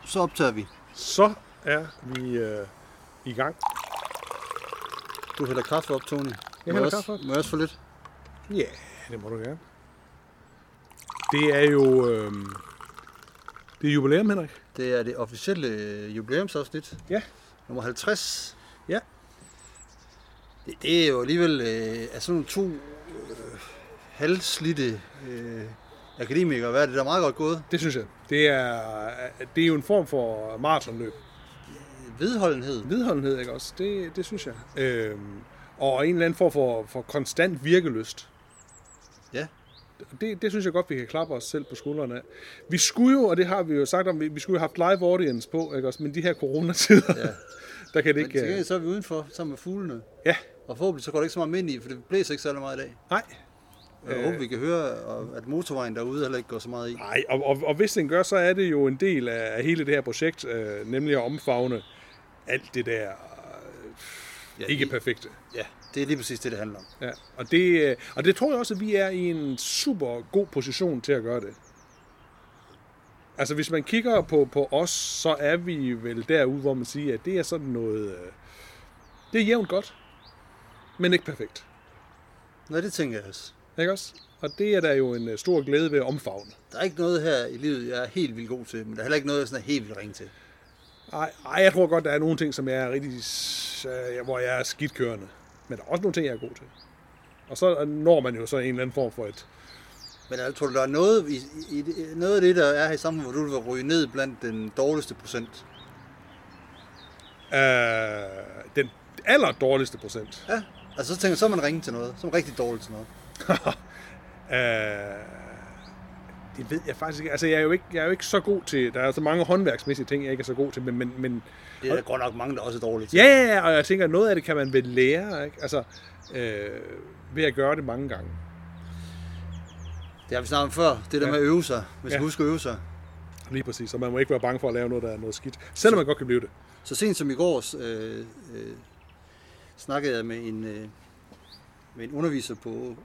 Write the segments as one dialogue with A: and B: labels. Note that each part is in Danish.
A: Så optager vi.
B: Så er vi i gang.
A: Du hælder kaffe op, Tony.
B: Jeg hælder kaffe op.
A: Må jeg også få lidt?
B: Ja, det må du gerne. Det er jo det er jubilæum, Henrik.
A: Det er det officielle jubilæumsafsnit.
B: Ja.
A: Nummer 50.
B: Ja.
A: Det er jo alligevel altså nogle to halvslidte akademikere. Hvad er det, der er meget godt gået?
B: Det synes jeg. Det er jo en form for maratonløb.
A: Vedholdenhed,
B: ikke også? Det synes jeg. Og en eller anden form for konstant virkelyst.
A: Ja.
B: Det synes jeg godt, vi kan klappe os selv på skuldrene af. Vi skulle jo, og det har vi jo sagt om, vi skulle jo have haft live audience på, ikke også? Men de her coronatider, ja. Der kan det ikke...
A: Men så er vi udenfor, sammen med fuglene.
B: Ja.
A: Og forhåbentlig så går det ikke så meget vind i, for det blæser ikke så meget i dag.
B: Nej.
A: Jeg håber, vi kan høre, at motorvejen derude heller ikke går så meget i.
B: Nej, og hvis den gør, så er det jo en del af hele det her projekt, nemlig at omfavne alt det der ikke perfekte.
A: Ja, det er lige præcis det handler om.
B: Ja, og det tror jeg også, at vi er i en super god position til at gøre det. Altså, hvis man kigger på os, så er vi vel derude, hvor man siger, at det er sådan noget... det er jævnt godt, men ikke perfekt.
A: Nej, det tænker jeg også.
B: Ikke også? Og det er der jo en stor glæde ved at omfavne.
A: Der er ikke noget her i livet, jeg er helt vildt god til, men der er heller ikke noget, jeg sådan er helt vildt ringe til.
B: Nej, jeg tror godt, der er nogle ting, som jeg er rigtig, hvor jeg er skidtkørende. Men der er også nogle ting, jeg er god til. Og så når man jo så en eller anden form for et...
A: Men jeg tror, der er noget, noget af det, der er her i samfundet, hvor du vil ryge ned blandt den dårligste procent?
B: Den aller dårligste procent?
A: Ja, altså så tænker jeg, så er man ringe til noget. Så er man rigtig dårlig til noget.
B: Det ved jeg faktisk ikke. Altså, jeg er jo ikke så god til... Der er så mange håndværksmæssige ting, jeg ikke er så god til, men
A: det er der godt nok mange, der også er dårlige til.
B: Ja, og jeg tænker, at noget af det kan man vel lære, ikke? Altså, ved at gøre det mange gange.
A: Det har vi snakket om før. Det der med at øve sig. Man skal huske at øve sig.
B: Lige præcis, så man må ikke være bange for at lave noget, der er noget skidt. Selvom man godt kan blive det.
A: Så sent som i går snakkede jeg med en underviser på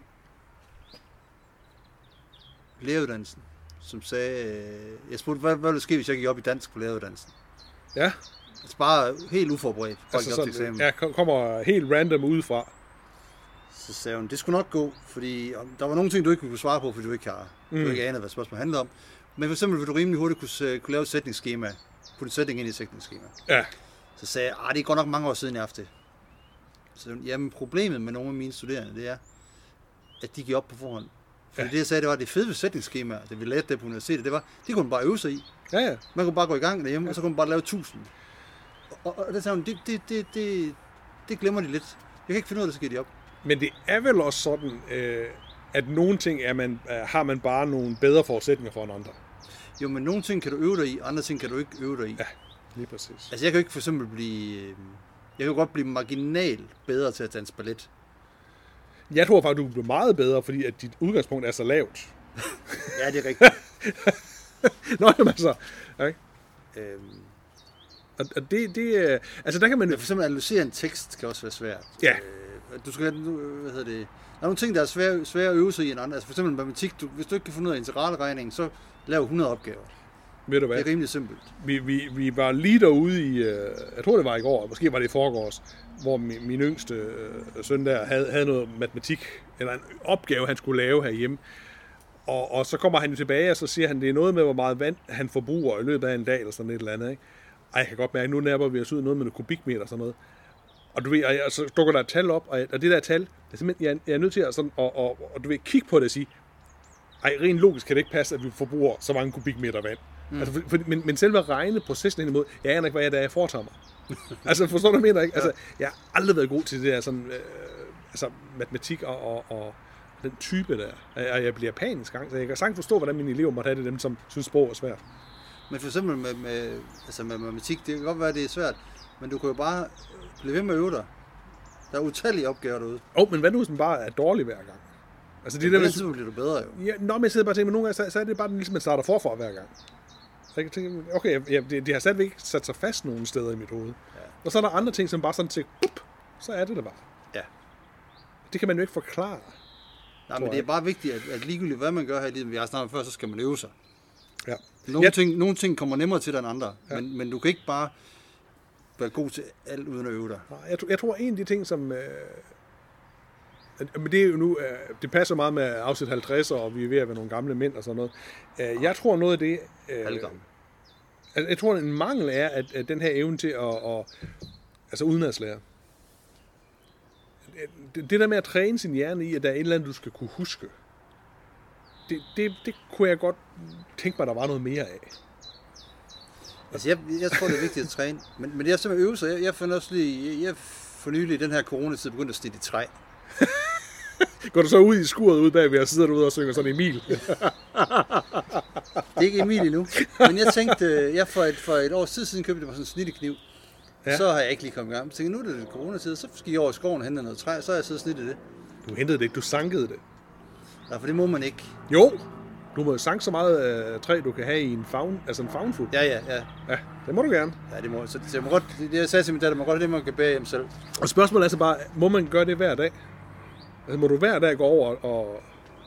A: læreruddannelsen, som sagde, jeg spurgte, hvad ville der ske, hvis jeg gik op i dansk på læreruddannelsen?
B: Ja.
A: Altså bare helt uforberedt.
B: Altså sådan, ja, kommer helt random udefra.
A: Så sagde hun, det skulle nok gå, fordi der var nogle ting, du ikke kunne svare på, fordi du ikke anede, hvad spørgsmålet handlede om. Men for eksempel vil du rimelig hurtigt kunne lave et sætningsskema, putte et sætning ind i et sætningsskema.
B: Ja.
A: Så sagde jeg, det er godt nok mange år siden, jeg har haft det. Så jamen, problemet med nogle af mine studerende, det er, at de giver op på forhånd. Fordi det, jeg sagde, det var det fede ved sætningsskemaer, det vi lærte det på universitetet, det kunne man bare øve sig i.
B: Ja.
A: Man kunne bare gå i gang derhjemme, og så kunne man bare lave 1000. Og det sagde hun, det glemmer de lidt. Jeg kan ikke finde ud af, det, så giver de op.
B: Men det er vel også sådan, at nogle ting har man bare nogle bedre forudsætninger for end andre.
A: Jo, men nogle ting kan du øve dig i, andre ting kan du ikke øve dig i.
B: Ja, lige præcis.
A: Altså jeg kan jo ikke for eksempel jeg kan godt blive marginalt bedre til at danse ballet.
B: Jeg tror faktisk, du bliver meget bedre, fordi at dit udgangspunkt er så lavt.
A: Ja, det er rigtigt.
B: Nå, jamen altså. Okay. Og det altså der kan man...
A: For eksempel analysere en tekst kan også være svært.
B: Ja.
A: Du skal, der er nogle ting, der er svære at øve sig i end andre. Altså for eksempel matematik, hvis du ikke kan finde ud af integralregning, så lav 100 opgaver.
B: Ved du hvad?
A: Det er rimelig simpelt.
B: Vi var lige derude i, jeg tror det var i går, måske var det i forgårs, hvor min yngste søn der havde noget matematik, eller en opgave, han skulle lave herhjemme. Og så kommer han jo tilbage, og så siger han, det er noget med, hvor meget vand han forbruger i løbet af en dag, eller sådan et eller andet, ikke? Ej, jeg kan godt mærke, nu nærmer vi os ud noget med noget kubikmeter og sådan noget. Og du ved, og så dukker der et tal op, og det der tal, det er simpelthen, jeg er nødt til at sådan, og du ved, kigge på det og sige, ej, rent logisk kan det ikke passe, at vi forbruger så mange kubikmeter vand. Altså, men selve regneprocessen hen imod, jeg aner ikke, hvad jeg foretager mig. Altså, forstår du, hvad jeg mener, ikke? Altså, jeg har aldrig været god til det der sådan, matematik og den type der. Jeg bliver panisk gang, så jeg kan sagtens forstå, hvordan mine elever måtte have det, dem som synes sprog er svært.
A: Men for eksempel med matematik, det kan godt være, at det er svært, men du kan jo bare blive ved med at øve dig. Der er utallige opgaver derude.
B: Men hvad nu, hvis den bare er dårlig hver gang? Altså,
A: det der tidspunkt bliver du bedre jo.
B: Ja, men jeg sidder bare og tænker, men nogle gange, så er det bare ligesom, man starter forfra hver gang. Så jeg kan tænke, okay, det har stadigvæk ikke sat sig fast nogen steder i mit hoved. Ja. Og så er der andre ting, som bare sådan til, så er det der bare.
A: Ja.
B: Det kan man jo ikke forklare.
A: Nej, men det er bare vigtigt, at ligegyldigt hvad man gør her i livet, vi har snakket før, så skal man øve sig.
B: Ja.
A: Nogle ting kommer nemmere til dig end andre, men du kan ikke bare være god til alt uden at øve dig.
B: Jeg tror, en af de ting, som... men det er jo nu... det passer meget med afsnit 50, og vi er ved at være nogle gamle mænd og sådan noget. Jeg tror, noget af det... jeg tror, en mangel er, at den her evne til altså udenadslære. Det der med at træne sin hjerne i, at der er et eller andet, du skal kunne huske, det kunne jeg godt tænke mig, der var noget mere af.
A: Altså, jeg tror, det er vigtigt at træne, men det er simpelthen øvelser. Jeg fandt også lige, jeg for nylig i den her coronatid begyndte at snitte i træ.
B: Går du så ud i skuret ude bagved, og sidder du ude og synger sådan Emil?
A: Det er ikke Emil endnu, men jeg tænkte, for et års tid siden købte mig sådan en snittekniv. Ja. Så har jeg ikke lige kommet i gang. Jeg tænkte, nu er det coronatid, så skal jeg over i skoven og hente noget træ, så har jeg siddet og snittet det.
B: Du hentede det ikke, du sankede det.
A: Nej, for det må man ikke.
B: Jo, du må sanke så meget træ, du kan have i en faunfuld.
A: Ja,
B: det må du gerne.
A: Ja, det må. Så jeg må godt, jeg sagde til min datter, man godt det, man kan bære hjem selv.
B: Og spørgsmålet er så bare, må man gøre det hver dag? Altså, må du hver dag gå over og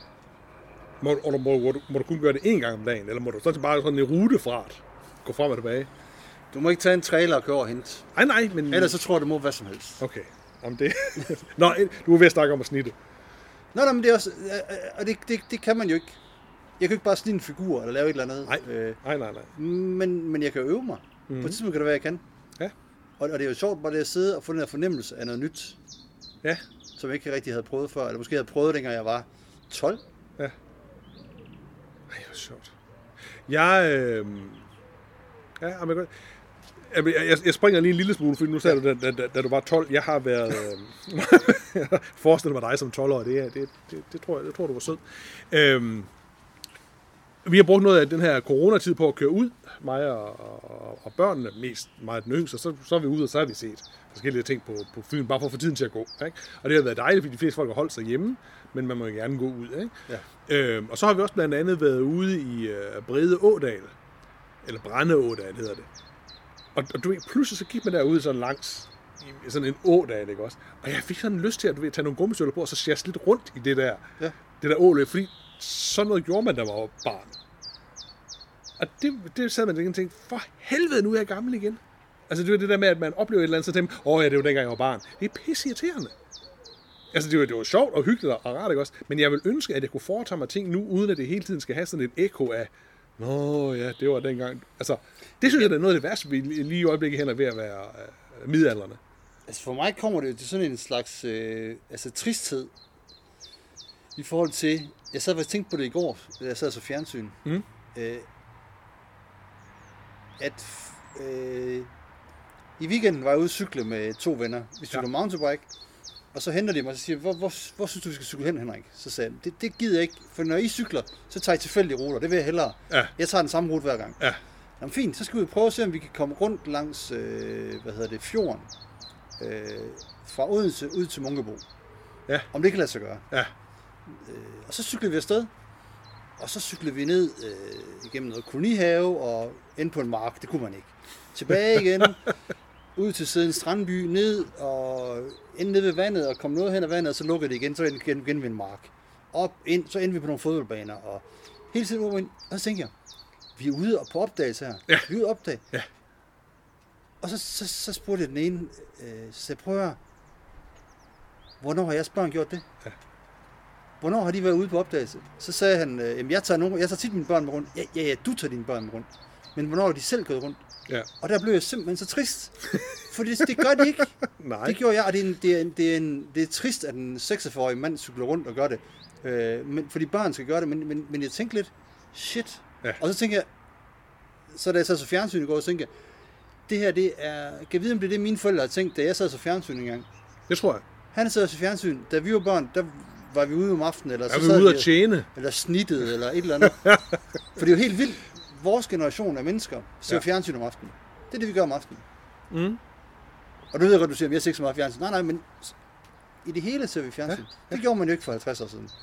B: må du kun gøre det én gang om dagen? Eller må du så bare sådan en rutefart gå frem og tilbage?
A: Du må ikke tage en trailer og køre og hente.
B: Nej, men...
A: Ellers så tror jeg, det må hvad som helst.
B: Okay. Jamen det... Nå, du er ved at snakke om at snitte.
A: Nå, men det er også... Og det kan man jo ikke. Jeg kan ikke bare snitte en figur eller lave et eller andet.
B: Nej.
A: Men jeg kan øve mig. På et tidspunkt kan det være, jeg kan.
B: Ja.
A: Og det er jo sjovt bare det at sidde og få den her fornemmelse af noget nyt.
B: Ja.
A: Som jeg ikke rigtig havde prøvet før. Eller måske havde prøvet, dengang jeg var 12.
B: Ja. Ej, hvor sjovt. Jeg springer lige en lille smule, for nu sagde du, da du var 12. Jeg har været... forestil mig dig som 12-årig. Det tror du var sød. Vi har brugt noget af den her coronatid på at køre ud, mig og børnene, mest meget den yngste, så er vi ude, og så har vi set forskellige ting på Fyn, bare for at få tiden til at gå. Ikke? Og det har været dejligt, fordi de fleste folk har holdt sig hjemme, men man må jo gerne gå ud. Ikke? Ja. Og så har vi også blandt andet været ude i Brede Ådal, eller Brænde Ådal hedder det. Og du ved, pludselig så gik man derude sådan langs, i sådan en ådal, ikke også? Og jeg fik sådan lyst til at tage nogle gummistøvler på, og så sjasse lidt rundt i det der åløb, fordi sådan noget gjorde man, der var barn. Og det sad man og tænkte, for helvede, nu er jeg gammel igen. Altså det var det der med, at man oplever et eller andet, så tænkte ja, det var dengang jeg var barn. Det er pisseirriterende. Altså det var sjovt og hyggeligt og rart, ikke også? Men jeg vil ønske, at jeg kunne foretage mig ting nu, uden at det hele tiden skal have sådan et ekko af, ja, det var dengang. Altså, det synes jeg, det er noget af det værste, vi lige i øjeblikket hen er ved at være midaldrende.
A: Altså for mig kommer det til sådan en slags tristhed i forhold til, jeg sad faktisk tænkte på det i går, da jeg sad så fjernsyn, i weekenden var jeg ude at cykle med 2 venner. Vi cykler mountainbike, og så henter de mig og siger, hvor synes du, vi skal cykle hen, Henrik? Så sagde jeg, det gider jeg ikke, for når I cykler, så tager I tilfældige ruter, det vil jeg hellere. Ja. Jeg tager den samme rute hver gang. Ja. Jamen fint, så skal vi prøve at se, om vi kan komme rundt langs, fjorden, fra Odense ud til Munkebo. Ja. Om det kan lade sig gøre. Ja. Og så cyklede vi afsted, og så cyklede vi ned igennem noget kolonihave og ind på en mark, det kunne man ikke. Tilbage igen, ud til siden strandby, ned og ind ned ved vandet og kom noget hen ad vandet, og så lukkede det igen, så igen ved en mark. Op, ind, så endte vi på nogle fodboldbaner, og hele tiden over ind, og så tænkte jeg, vi er ude på opdagelse her. Ja. Vi er ude at opdage. Ja. Og så spurgte jeg den ene, så jeg prøver, hvornår har jeres børn gjort det? Ja. Hvornår har de været ude på opdagelse? Så sagde han, jeg tager tit mine børn med rundt. Ja, du tager dine børn med rundt. Men hvornår har de selv gået rundt? Ja. Og der blev jeg simpelthen så trist. For det gør de ikke. Nej. Det gjorde jeg, og det er trist, at en 46-årig mand cykler rundt og gør det. Fordi børn skal gøre det, men jeg tænkte lidt, shit. Ja. Og så tænkte jeg, så da jeg sad så fjernsyn i går, så tænkte jeg, det her, det er, kan jeg vide, om det er det, mine forældre har tænkt, da jeg sad så fjernsyn engang?
B: Det tror jeg.
A: Han sad så fjernsyn, da vi var børn, der var vi ude om aftenen, eller så
B: sad vi ude at tjene.
A: Eller snittet, eller et eller andet. For det er jo helt vildt. Vores generation af mennesker ser fjernsyn om aftenen. Det er det, vi gør om aftenen. Mm. Og du ved godt, du siger, at jeg ser ikke så meget fjernsyn. Nej, men i det hele ser vi fjernsyn. Ja. Det gjorde man jo ikke for 50 år siden.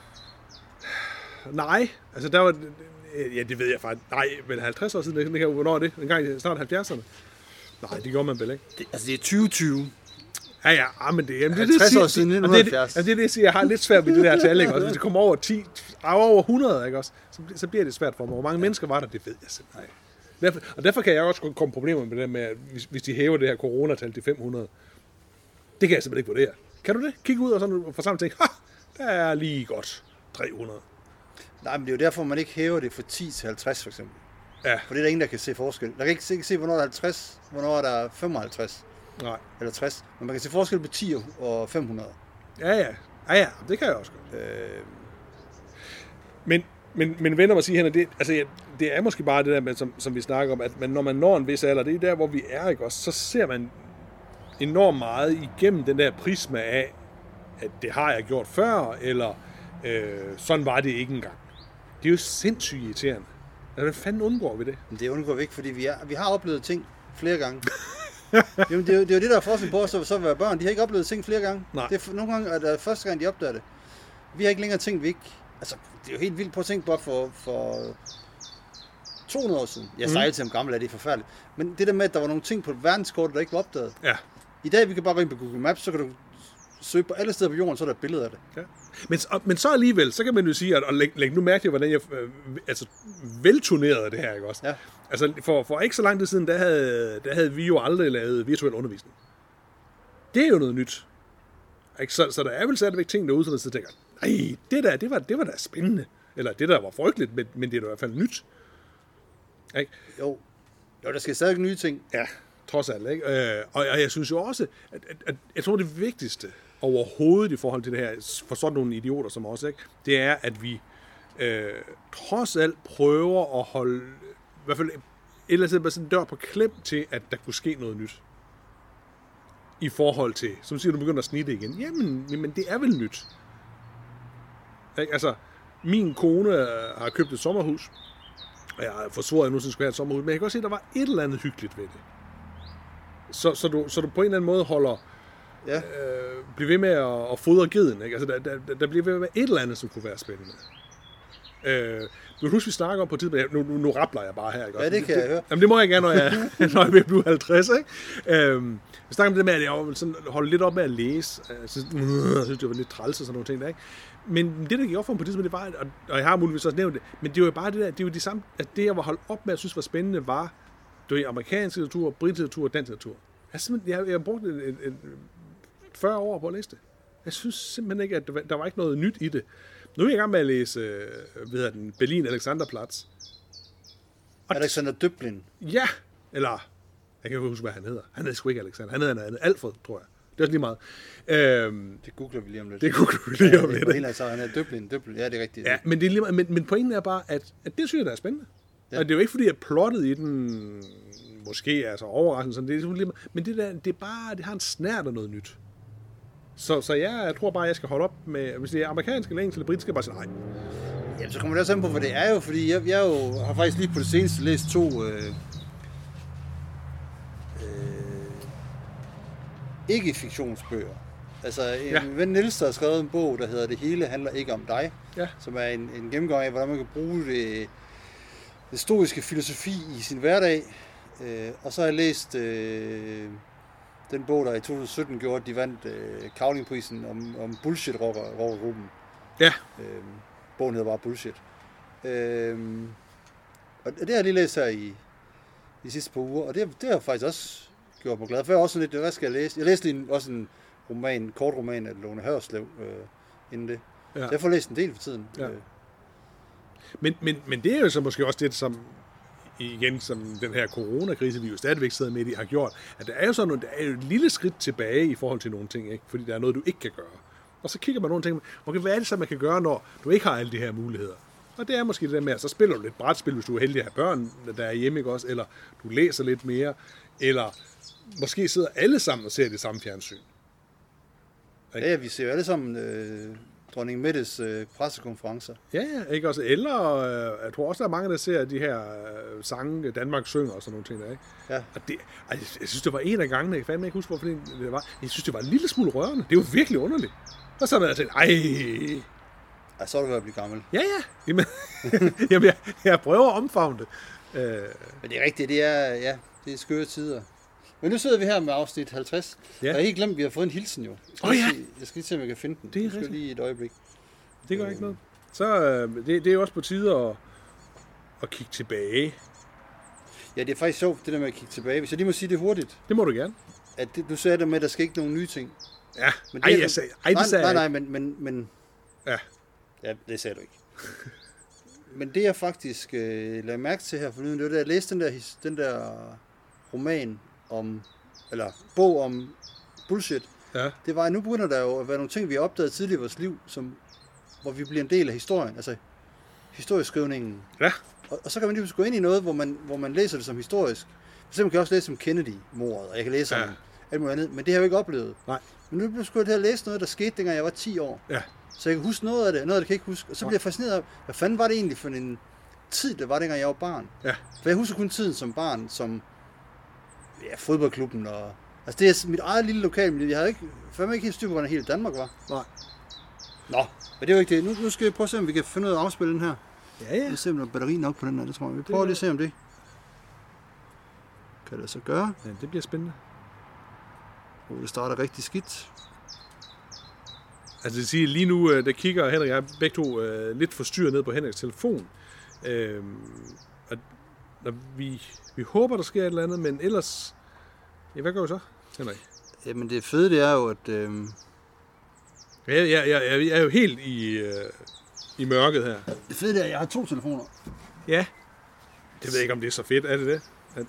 B: Nej, altså der var... Ja, det ved jeg faktisk. Nej, men 50 år siden, hvornår er det? En gang i snart 70'erne? Nej, det gjorde man vel ikke.
A: Det er 2020.
B: Ja, men det er det,
A: 50 år siden 1970.
B: Det er det, jeg siger, jeg har lidt svært ved det der tal, ikke også? Hvis det kommer over 100, ikke også? Så bliver det svært for mig. Hvor mange mennesker var der, det ved jeg simpelthen. Derfor kan jeg også komme problemer med det med, at hvis de hæver det her coronatal til 500. Det kan jeg simpelthen ikke vurdere. Kan du det? Kig ud og sådan for sammen tænke, der er lige godt 300.
A: Nej, men det er jo derfor, man ikke hæver det fra 10 til 50 for eksempel.
B: Ja.
A: For det er der ingen, der kan se forskel. Der kan ikke se, hvornår der er 50, hvornår der er 55.
B: Nej.
A: Eller 60. Men man kan se forskel på 10 og 500.
B: Ja, det kan jeg også godt. Men vender mig sige, Henrik, det er måske bare det der, med, som vi snakker om, at når man når en vis alder, det er der, hvor vi er, ikke også, så ser man enormt meget igennem den der prisma af, at det har jeg gjort før, eller sådan var det ikke engang. Det er jo sindssygt irriterende. Hvad fanden undgår vi det?
A: Men det undgår vi ikke, fordi vi har oplevet ting flere gange. Jamen, det er jo det, der er forskning på os, så at være børn. De har ikke oplevet ting flere gange. Nogle gange er det første gang, de opdager det. Vi har ikke længere ting, vi ikke... Altså, det er jo helt vildt på at tænke på for 200 år siden. Jeg sagde til ham gammel, at det er forfærdeligt. Men det der med, at der var nogle ting på verdenskortet, der ikke var opdaget.
B: Ja.
A: I dag, vi kan bare gå ind på Google Maps, så kan du søge på alle steder på jorden, så er der et billede af det.
B: Ja. Men så alligevel, så kan man jo sige, at læg nu mærke til, hvordan jeg velturnerede det her, ikke også?
A: Ja.
B: Altså, for ikke så lang tid siden, der havde vi jo aldrig lavet virtuel undervisning. Det er jo noget nyt. Ikke? Så der er vel stadigvæk ting derude, så der tænker, nej, det var da spændende. Eller det der var frygteligt, men det er da i hvert fald nyt. Ikke?
A: Jo, der skal stadig nye ting.
B: Ja, trods alt. Ikke? Og jeg synes jo også, at jeg tror, det vigtigste overhovedet i forhold til det her, for sådan nogle idioter som os, ikke, det er, at vi trods alt prøver at holde, i hvert fald et eller andet sådan en dør på klem til, at der kunne ske noget nyt. I forhold til, som siger, du begynder at snitte igen. Jamen det er vel nyt. Ikke? Altså, min kone har købt et sommerhus, og jeg har forsvoret, at jeg nu skulle have et sommerhus, men jeg kan godt se, at der var et eller andet hyggeligt ved det. Så du på en eller anden måde holder, bliver ved med at fodre geden, ikke? Altså, der bliver ved med et eller andet, som kunne være spændende. Du husker, vi snakker om på tidspunkt, nu rappler jeg bare her, ikke?
A: Ja, det kan jeg høre.
B: Jamen, det må jeg gerne, når jeg vil blive 50, ikke? Vi snakker om det med, at jeg sådan holde lidt op med at læse. Jeg synes, det var lidt træls og sådan nogle ting der, ikke? Men det, der gik op for mig på tidspunkt, det var, og jeg har muligvis også nævnt det, men det var jo bare det der, det er jo det samme, at det, jeg var holdt op med, at synes var spændende, var amerikansk litteratur, britisk litteratur og dansk litteratur. Jeg brugte 40 år på at læse det. Jeg synes simpelthen ikke, at der var ikke noget nyt i det. Nu er jeg i gang med at læse Berlin Alexanderplatz.
A: Alexander Döblin.
B: Ja, eller jeg kan ikke huske, hvad han hedder. Han hedder sgu ikke Alexander. Han hedder noget Alfred, tror jeg. Det er også lige meget.
A: Det googler vi lige om lidt.
B: Det googler vi lige om lidt.
A: Han er Döblin. Ja, det er rigtigt.
B: Ja, men, det er lige meget. Men pointen er bare, at det synes jeg, der er spændende. Ja. Og det er jo ikke, fordi jeg plottet i den måske er så overraskende, sådan, det er lige meget. Men det er bare, det har en snært af noget nyt. Så jeg tror bare, jeg skal holde op med, hvis det er amerikansk eller engelsk eller britisk, skal jeg bare sige nej.
A: Jamen, så kommer det også an på, hvad det er jo, fordi jeg har faktisk lige på det seneste læst 2 ikke-fiktionsbøger. Altså, en ven Niels, der har skrevet en bog, der hedder Det hele handler ikke om dig, som er en gennemgang af, hvordan man kan bruge det stoiske filosofi i sin hverdag. Og så har jeg læst den bog, der i 2017 gjorde, at de vandt Cavlingprisen om bullshit-rockergruppen.
B: Ja.
A: Bogen hedder bare Bullshit. Og det har jeg lige læst her i de sidste par uger, og det har faktisk også gjort mig glad. For jeg også sådan lidt, hvad skal jeg læse? Jeg læste lige også en kort roman af Lone Hørslev inden det. Ja. Så jeg får læst en del for tiden.
B: Ja. Men det er jo så måske også det, som igen, som den her coronakrise, vi jo stadigvæk sidder midt i, har gjort, at der er jo sådan noget, der er jo et lille skridt tilbage i forhold til nogle ting, ikke? Fordi der er noget, du ikke kan gøre. Og så kigger man nogle ting, okay, hvad er det så, man kan gøre, når du ikke har alle de her muligheder? Og det er måske det der med, at så spiller du lidt brætspil, hvis du er heldig at have børn, der er hjemme, ikke også? Eller du læser lidt mere, eller måske sidder alle sammen og ser det samme fjernsyn.
A: Ikke? Ja, vi ser jo alle sammen dronning Mettes pressekonferencer.
B: Ja, ikke også? Eller jeg tror også, der er mange, der ser de her sange, Danmark synger og sådan nogle ting der, ikke?
A: Ja.
B: Og det, jeg synes, det var en af gangene, jeg fandme ikke huske, hvorfor det var. Jeg synes, det var en lille smule rørende. Det var virkelig underligt. Og så har jeg tænkt,
A: Ja, så er du ved at blive gammel.
B: Ja. Jamen, jeg prøver at omfavne det.
A: Men det er rigtigt, det er skøre tider. Men nu sidder vi her med afsnit 50. Ja. Jeg har helt glemt, at vi har fået en hilsen jo. Jeg skal lige se, om jeg kan finde den.
B: Det er
A: rigtigt. Lige et øjeblik.
B: Det gør ikke noget. Så det er jo også på tide at kigge tilbage.
A: Ja, det er faktisk sjovt, det der med at kigge tilbage. Hvis jeg lige må sige det hurtigt.
B: Det må du gerne.
A: At du sagde det med, at der skal ikke nogen nye ting.
B: Ja,
A: men det
B: det sagde jeg.
A: Nej, men...
B: Ja.
A: Ja, det sagde du ikke. Men det jeg faktisk lagde mærke til her forleden, det var da jeg læste den der roman om, eller bog om bullshit.
B: Ja.
A: Det var, at nu begynder der jo at være nogle ting, vi har opdaget tidligere i vores liv, hvor vi bliver en del af historien, altså historieskrivningen.
B: Ja.
A: Og så kan man lige gå ind i noget, hvor man læser det som historisk. For eksempel kan jeg også læse om Kennedy-mordet, og jeg kan læse om alt muligt andet, men det har jeg jo ikke oplevet.
B: Nej.
A: Men nu blev jeg til at læse noget, der skete, dengang jeg var 10 år.
B: Ja.
A: Så jeg kan huske noget af det kan jeg ikke huske. Og så bliver jeg fascineret af, hvad fanden var det egentlig for en tid, det var, dengang jeg var barn.
B: Ja.
A: For jeg husker kun tiden som barn, som fodboldklubben og... Altså det er mit eget lille lokalmiljø. Jeg havde ikke helt styr på, hvordan hele Danmark var.
B: Nej.
A: Nå, men det er jo ikke det. Nu skal vi prøve at se, om vi kan finde ud af at afspille den her.
B: Ja.
A: Vi ser, om der er batteri nok på den her, det tror jeg. Vi prøver lige at se, om det kan det så gøre.
B: Ja, det bliver spændende.
A: Det starter rigtig skidt.
B: Altså det vil sige, lige nu, der kigger Henrik og jeg begge to lidt forstyrret ned på Henriks telefon. Og vi håber, der sker et eller andet, men ellers... Ja, hvad gør vi så, Henrik?
A: Jamen det fede, det er jo, at...
B: Jeg er jo helt i mørket her.
A: Det fede, det er, at jeg har 2 telefoner.
B: Ja. Det ved jeg ikke, om det er så fedt. Er det det?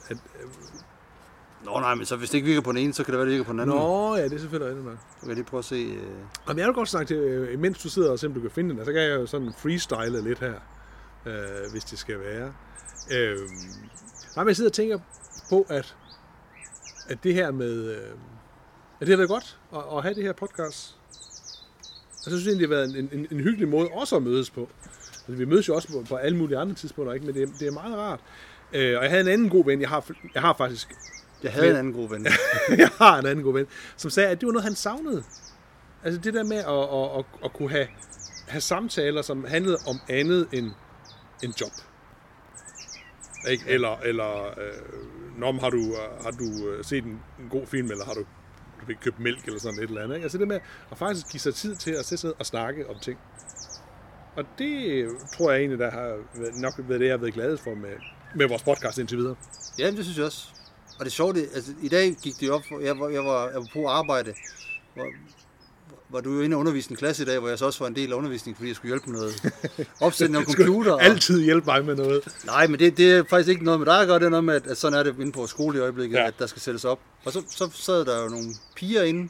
A: Nå nej, men så hvis det ikke virker på den ene, så kan det være, det virker på den anden.
B: Nå, ja, det er selvfølgelig rigtigt nok.
A: Så kan jeg lige prøve at se...
B: Jamen, jeg vil godt snakke til, mens du sidder og se, om du kan finde den, så kan jeg jo sådan freestyle lidt her, hvis det skal være. Nej, men jeg sidder og tænker på, at det her med... at det har været godt at have det her podcast. Og så synes jeg egentlig, det har været en hyggelig måde også at mødes på. Altså, vi mødes jo også på alle mulige andre tidspunkter, ikke? Men det er meget rart. Og jeg havde en anden god ven, jeg har faktisk...
A: Jeg havde en anden god ven.
B: Jeg har en anden god ven, som sagde, at det var noget, han savnede. Altså det der med at kunne have samtaler, som handlede om andet end job. Ikke? Eller har du set en god film, eller har du købt mælk, eller sådan et eller andet. Ikke? Altså det med at faktisk give sig tid til at sætte sig ned og snakke om ting. Og det tror jeg egentlig, der har nok været det, jeg har været glad for med vores podcast indtil videre.
A: Ja, det synes jeg også. Og det sjove, altså i dag gik det op, jeg var på arbejde, hvor du jo inde og underviste en klasse i dag, hvor jeg så også var en del af undervisningen, fordi jeg skulle hjælpe med noget opsætning af computer.
B: Altid hjælpe mig med noget.
A: Nej, men det er faktisk ikke noget med dig at gøre, det er noget med, at sådan er det inde på skole i øjeblikket, at der skal sættes op. Og så sad der jo nogle piger inde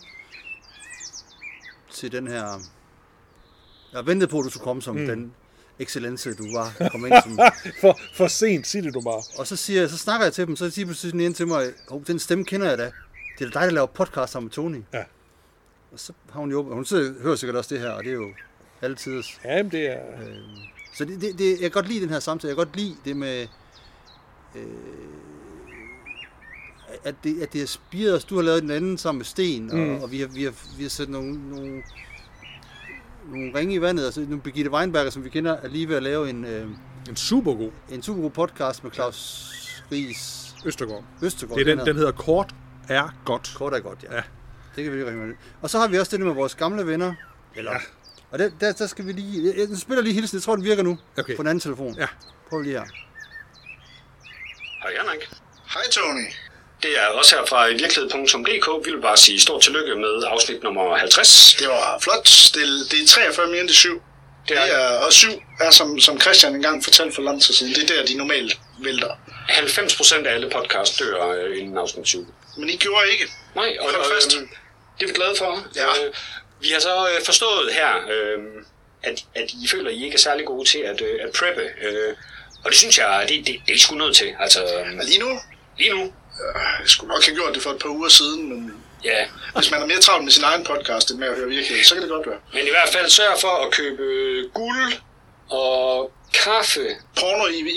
A: til den her... Jeg ventede på, at du skulle komme som den excellence, du var. Kom ind som...
B: for sent, siger det du bare.
A: Og så snakker jeg til dem, så siger de sådan ind til mig, den stemme kender jeg da. Det er dig, der laver podcast sammen med Tony.
B: Ja.
A: Og så har hun jo... Hun hører sikkert også det her, og det er jo altid.
B: Jamen, det er...
A: Så jeg kan godt lide den her samtale. Jeg kan godt lide det med... At det er spiret os. Du har lavet den anden sammen med Sten, og vi har sat nogle ringe i vandet. Altså nu Birgitte Weinberger, som vi kender, er lige ved at lave en supergod podcast med Claus Ries
B: Østergaard.
A: Det
B: er den hedder Kort er godt.
A: Kort er godt, ja. Det kan vi lige rigtig med. Og så har vi også det med vores gamle venner. Eller, og der skal vi lige... Jeg spiller lige hilsen. Jeg tror, den virker nu.
B: Okay.
A: På en anden telefon.
B: Ja.
A: Prøv lige her.
C: Hej Henrik.
D: Hej Tony.
C: Det er også her fra virkelighed.dk. Vi vil bare sige stort tillykke med afsnit nummer 50.
D: Det var flot. Det er 43 mere end det 7. Det er, og 7 er, som Christian engang fortalte for lang tid siden, det er der, de normalt vælter.
C: 90% af alle podcasts dør inden afsnit 20.
D: Men I gjorde ikke.
C: Nej, og det er vi glade for.
D: Ja.
C: Vi har så forstået her, at I føler, at I ikke er særlig gode til at preppe. Og det synes jeg, det er I sgu nødt til. Altså,
D: Lige nu? Jeg skulle nok have gjort det for et par uger siden, men
C: ja.
D: Hvis man er mere travlt med sin egen podcast end med at høre virkelighed, så kan det godt være.
C: Men i hvert fald sørg for at købe guld og kaffe.
D: Porno i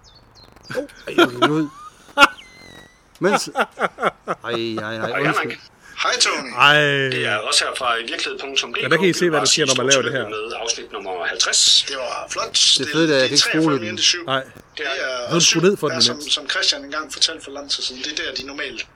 A: Mens... Ej, undskyld.
D: Hej Tony.
C: Det er også her fra virkelighed.dk.
B: Ja, der kan I se, hvad der sker, når man laver det her.
C: Med afsnit nummer 50.
D: Det var flot.
A: Det fede, det er ikke skole den.
B: Nej.
D: Det er
B: Hun skulle ned for den
D: som Christian engang fortalte for lang tid siden. Det er der, de normalt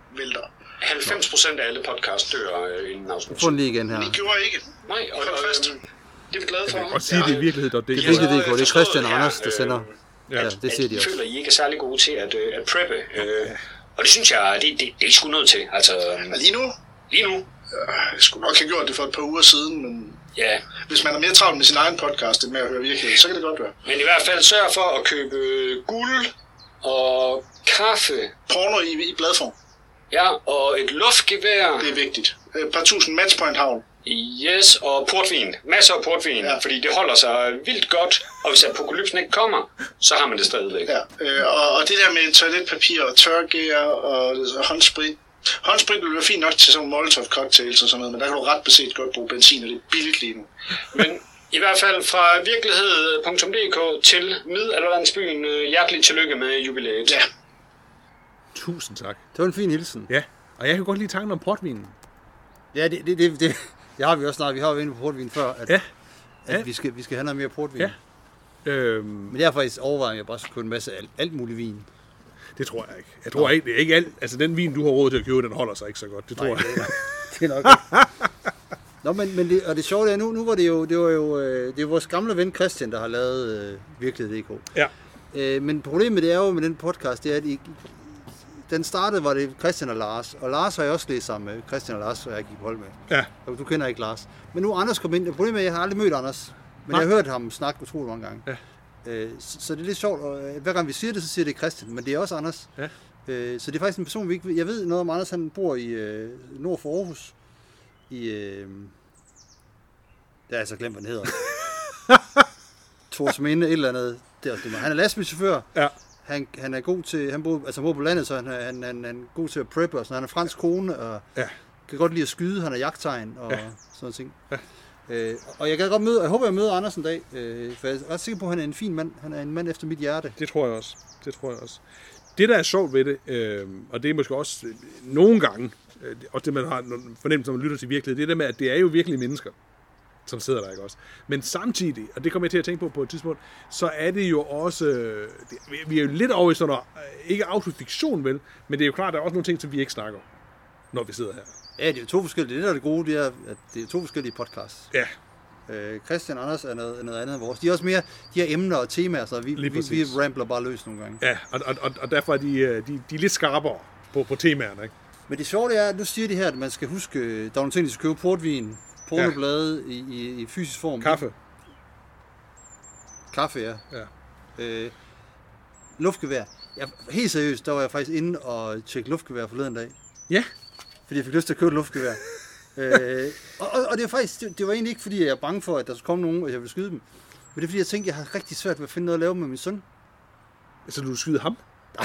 D: vælter.
C: 90% af alle podcast dør inden afsnit.
A: Få den lige igen her.
D: Men I gjorde ikke.
C: Nej, og det er vi glade for.
B: Jeg kan godt sige, det er virkelighed.dk.
A: Det er virkelighed.dk. Det er Christian og Anders, der sender. Ja, det siger de også.
C: Jeg føler, I ikke er særlig gode til at preppe. Og det synes jeg, det er sgu nødt til. Altså,
D: Lige nu? Jeg skulle nok have gjort det for et par uger siden, men hvis man er mere travlt med sin egen podcast end med at høre virkelighed, så kan det godt være.
C: Men i hvert fald sørg for at købe guld og kaffe.
D: Porno i bladform.
C: Ja, og et luftgevær.
D: Det er vigtigt. Et par tusind matchpoint-havn.
C: Yes, og portvin. Masser af portvin, fordi det holder sig vildt godt. Og hvis apokalypsen ikke kommer, så har man det stadigvæk.
D: Ja, og det der med toiletpapir og tørgær og håndsprit. Håndsprit vil være fint nok til sådan Molotov cocktails og sådan noget, men der kan du ret beset godt bruge benzin, og det er billigt lige nu.
C: Men i hvert fald fra virkelighed.dk til middelalderlandsbyen, hjertelig tillykke med jubilæet.
D: Ja.
B: Tusind tak.
A: Det var en fin hilsen.
B: Ja, og jeg kan godt lide tanken om portvinen.
A: Ja, det har vi også snart. Vi har jo inde på portvin før, at vi skal have noget mere portvin.
B: Ja.
A: Men det er faktisk overvejet, at jeg bare skal købe en masse alt mulig vin.
B: Det tror jeg ikke. Jeg tror ikke, det er ikke alt. Altså den vin, du har råd til at købe, den holder sig ikke så godt. Det tror jeg.
A: Det er nok Nå, men det sjove er, nu var det er vores gamle ven Christian, der har lavet virkelighed.dk.
B: Ja.
A: Men problemet det er jo med den podcast, det er, at den startede, var det Christian og Lars. Og Lars har jeg også læst sammen med. Christian og Lars, så jeg gik på hold med.
B: Ja.
A: Og du kender ikke Lars. Men nu Anders kom ind. Det problemet er, at jeg har aldrig mødt Anders. Men jeg har hørt ham snakke utrolig mange gange.
B: Ja.
A: Så det er lidt sjovt. Og hver gang vi siger det, så siger det Christian. Men det er også Anders.
B: Ja.
A: Så det er faktisk en person, vi ikke ved. Jeg ved noget om Anders. Han bor i nord for Aarhus. Det har jeg så glemt, hvad han hedder. Torsminde, et eller andet. Han er lastbilchauffør. Ja. Han er god til, han bor på landet, så han er god til at preppe og sådan. Han er fransk kone og kan godt lide at skyde. Han er jagttegn og sådan noget ting. Ja. Og jeg kan godt møde, jeg håber jeg møder Anders en dag, for jeg er ret sikker på, at han er en fin mand. Han er en mand efter mit hjerte.
B: Det tror jeg også. Det der er sjovt ved det, og det er måske også nogle gange, og det man har fornemmelse, når man lytter til virkelighed, det er det med, at det er jo virkelig mennesker, som sidder der, ikke også? Men samtidig, og det kommer jeg til at tænke på et tidspunkt, så er det jo også, vi er jo lidt over i sådan noget, ikke autofiktion vel, men det er jo klart, der er også nogle ting, som vi ikke snakker om, når vi sidder her.
A: Ja, det er jo to forskellige. Det der er det gode, det er, at det er to forskellige podcasts.
B: Ja.
A: Christian og Anders er noget andet end vores. De er også mere, de har emner og temaer, så vi rambler bare løs nogle gange.
B: Ja, og derfor er de lidt skarpere på temaerne, ikke?
A: Men det sjove er, at nu siger de her, at man skal huske, der er nogle ting, de skal købe portvin, pornoblade i fysisk form. Kaffe, ja. Luftgevær. Helt seriøst, der var jeg faktisk inde og tjekke luftgevær forleden dag.
B: Ja.
A: Fordi jeg fik lyst til at købe et luftgevær. Og det var faktisk, det var egentlig ikke, fordi jeg er bange for, at der skulle komme nogen, og jeg ville skyde dem. Men det er fordi, jeg tænkte, jeg har rigtig svært ved at finde noget at lave med min søn.
B: Så du skyder ham?
A: Nej.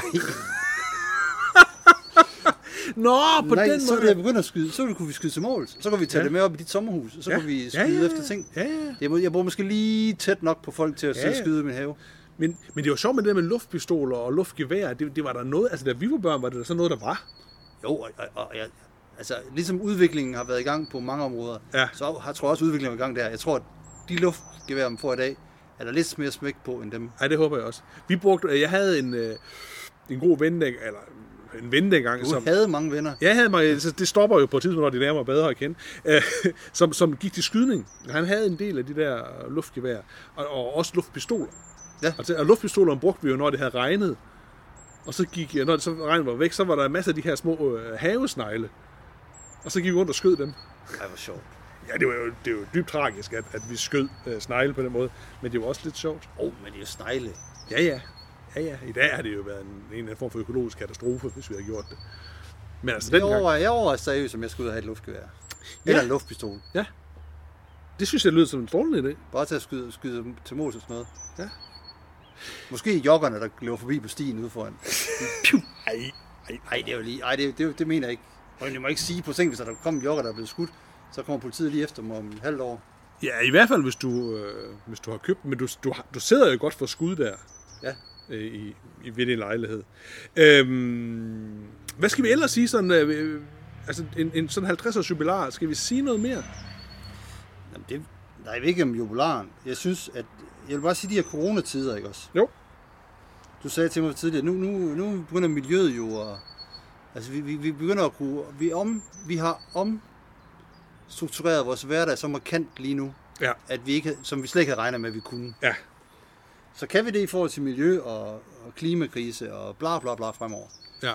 B: Nå, på den måde.
A: Så da jeg begyndte at skyde, så kunne vi skyde til mål. Så kunne vi tage det med op i dit sommerhus, og så kunne vi skyde efter ting. Ja. Jeg bor måske lige tæt nok på folk til at skyde i min have.
B: Men det var sjovt med det med luftpistoler og luftgevær. Det var der noget, altså da vi var børn, var det der sådan noget, der var?
A: Jo, altså ligesom udviklingen har været i gang på mange områder, så tror jeg også udviklingen er i gang der. Jeg tror, at de luftgevær, man får i dag, er der lidt mere smæk på end dem.
B: Nej, det håber jeg også. Jeg havde en god ven, eller en ven dengang.
A: Du havde mange venner.
B: Jeg havde mange, så det stopper jo på et tidspunkt, når de lærer mig bedre at kende, som gik til skydning. Han havde en del af de der luftgevær, og også luftpistoler. Ja. Og luftpistolerne brugte vi jo, når det havde regnet. Og så når det så regnet var væk, så var der masser af de her små havesnegle. Og så gik vi rundt og skød dem.
A: Det var sjovt.
B: Ja, det er jo dybt tragisk, at vi skød snegle på den måde. Men det var også lidt sjovt.
A: Men det er jo snegle.
B: Ja. I dag har det jo været en form for økologisk katastrofe, hvis vi havde gjort det. Men altså
A: jeg overvejer seriøst, om jeg skulle ud og have et luftgevær. Eller en luftpistol.
B: Ja. Det synes jeg lyder som en strålende idé.
A: Bare til at skyde til mål og sådan noget.
B: Ja.
A: Måske joggerne, der løber forbi på stien ude foran. Ej, det er jo lige... det mener jeg ikke. Og jeg må ikke sige på ting, hvis der kommer en jogger, der er blevet skudt, så kommer politiet lige efter mig om et halvt år.
B: Ja, i hvert fald, hvis du har købt, men du sidder jo godt for skud der.
A: Ja.
B: Ved din lejlighed. Hvad skal vi ellers sige sådan, altså en sådan 50-års jubilar, skal vi sige noget mere?
A: Jamen jeg ved ikke om jubilaren. Jeg synes, at jeg vil bare sige de her coronatider, ikke også?
B: Jo.
A: Du sagde til mig tidligere, nu begynder miljøet jo Altså, vi begynder at kunne... Vi har omstruktureret vores hverdag så markant lige nu, at vi ikke, som vi slet ikke havde regnet med, at vi kunne.
B: Ja.
A: Så kan vi det i forhold til miljø og klimakrise og bla bla bla fremover.
B: Ja.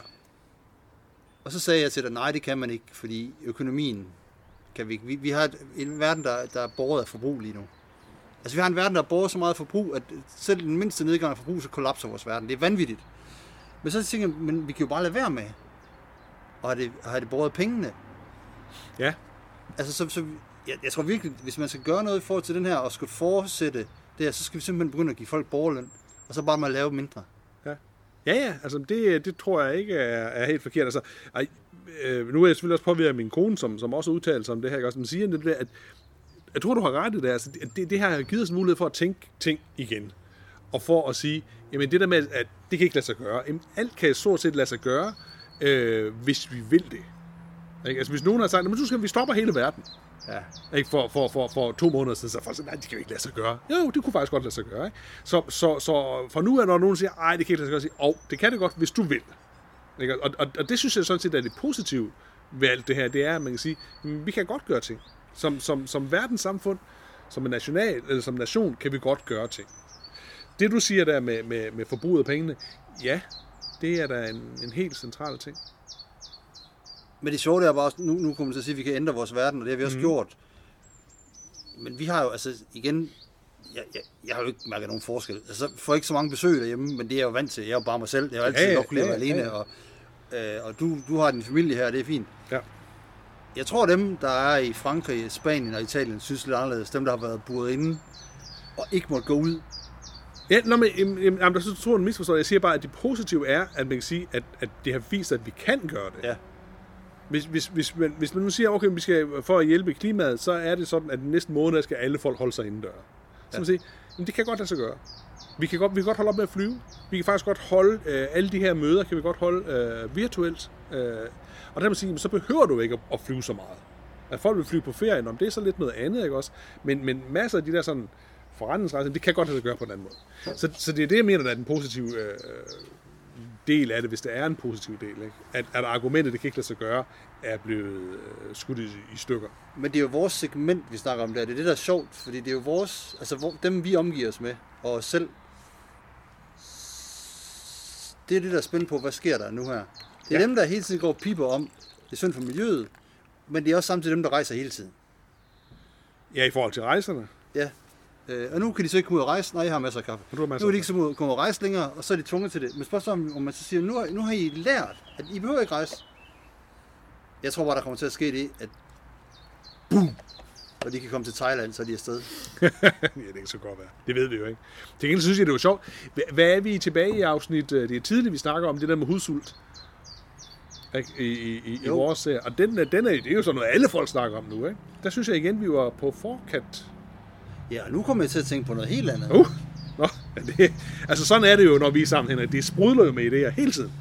A: Og så sagde jeg til dig, nej, det kan man ikke, fordi økonomien kan vi ikke. Vi har en verden, der er båret af forbrug lige nu. Altså, vi har en verden, der er båret så meget forbrug, at selv den mindste nedgang af forbrug, så kollapser vores verden. Det er vanvittigt. Men så tænker jeg, men vi kan jo bare lade være med og have det båret pengene.
B: Ja.
A: Altså, jeg tror virkelig, hvis man skal gøre noget i forhold til den her, og skal fortsætte det her, så skal vi simpelthen begynde at give folk borgerløn, og så bare mal lave mindre.
B: Ja, altså det tror jeg ikke er helt forkert. Altså, nu er jeg selvfølgelig også påvirket af min kone, som også udtaler sig om det her, ikke? Som siger det der, at jeg tror, du har ret i det. Altså, det her har givet os en mulighed for at tænke ting igen. Og for at sige, jamen det der med, at det kan ikke lade sig gøre. Jamen, alt kan stort set lade sig gøre, hvis vi vil det. Ikke? Altså hvis nogen har sagt, men så skal vi stoppe hele verden. Ja. Ikke? For 2 måneder siden, så folk siger, nej, det kan vi ikke lade sig gøre. Jo, det kunne faktisk godt lade sig gøre. Ikke? Så for nu er der nogen, der siger, nej, det kan ikke lade sig gøre. Det kan det godt, hvis du vil. Ikke? Og det synes jeg sådan set er det positive ved alt det her. Det er, at man kan sige, vi kan godt gøre ting. Som verdenssamfund, som en national, eller som nation, kan vi godt gøre ting. Det du siger der med forbruget af pengene, ja, det er da en helt central ting.
A: Men det sjove er bare, nu kommer man til at sige, at vi kan ændre vores verden, og det har vi også gjort. Men vi har jo, altså igen, jeg har jo ikke mærket nogen forskel. Altså, jeg får ikke så mange besøg derhjemme, men det er jeg jo vant til. Jeg er jo bare mig selv. Jeg har altid godt kunne lide at være alene, og du har din familie her, det er fint. Ja. Jeg tror, dem, der er i Frankrig, Spanien og Italien, synes lidt anderledes. Dem, der har været buret inde og ikke måtte gå ud.
B: Ja, der så tror jeg, misforstår. Jeg siger bare, at det positive er, at man kan sige, at det har vist, at vi kan gøre det.
A: Ja.
B: Hvis man nu siger, okay, vi skal for at hjælpe klimaet, så er det sådan, at den næste måned skal alle folk holde sig indendør. Så man siger, jamen det kan godt lade sig gøre. Vi kan godt holde op med at flyve. Vi kan faktisk godt holde alle de her møder, kan vi godt holde virtuelt. Og der man sige, så behøver du ikke at flyve så meget. At folk vil flyve på ferien, om det er så lidt noget andet, ikke også? Men masser af de der sådan forretningsrejser, det kan godt lade sig gøre på en anden måde. Så det er det, jeg mener, der er den positive del af det, hvis det er en positiv del, ikke? At argumentet, det kan ikke lade sig gøre, er blevet skudt i stykker.
A: Men det er jo vores segment, vi snakker om der. Det er det, der er sjovt, fordi det er jo vores, altså dem vi omgiver os med, og os selv. Det er det, der er spændt på, hvad sker der nu her. Det er dem, der hele tiden går og piper om, det er synd for miljøet, men det er også samtidig dem, der rejser hele tiden.
B: Ja, i forhold til rejserne.
A: Ja. Og nu kan de så ikke komme ud og rejse. Nej, jeg har masser af kaffe. Nu er de ikke så komme ud og rejse længere, og så er de tvunget til det. Men spørgsmålet om man så siger, nu har I lært, at I behøver ikke rejse. Jeg tror bare, der kommer til at ske det, at boom, og de kan komme til Thailand, så er de afsted.
B: Ja, det kan så godt være. Det ved vi jo ikke. Til gengæld synes jeg, det var sjovt. Hvad er vi tilbage i afsnit? Det er tidligt, vi snakker om det der med hudsult. I vores serie. Og det er jo sådan noget, alle folk snakker om nu, ikke? Der synes jeg igen, vi var på forkant.
A: Ja, og nu kommer jeg til at tænke på noget helt andet.
B: Altså sådan er det jo, når vi er sammen, Henrik. Det sprudler jo med idéer hele tiden.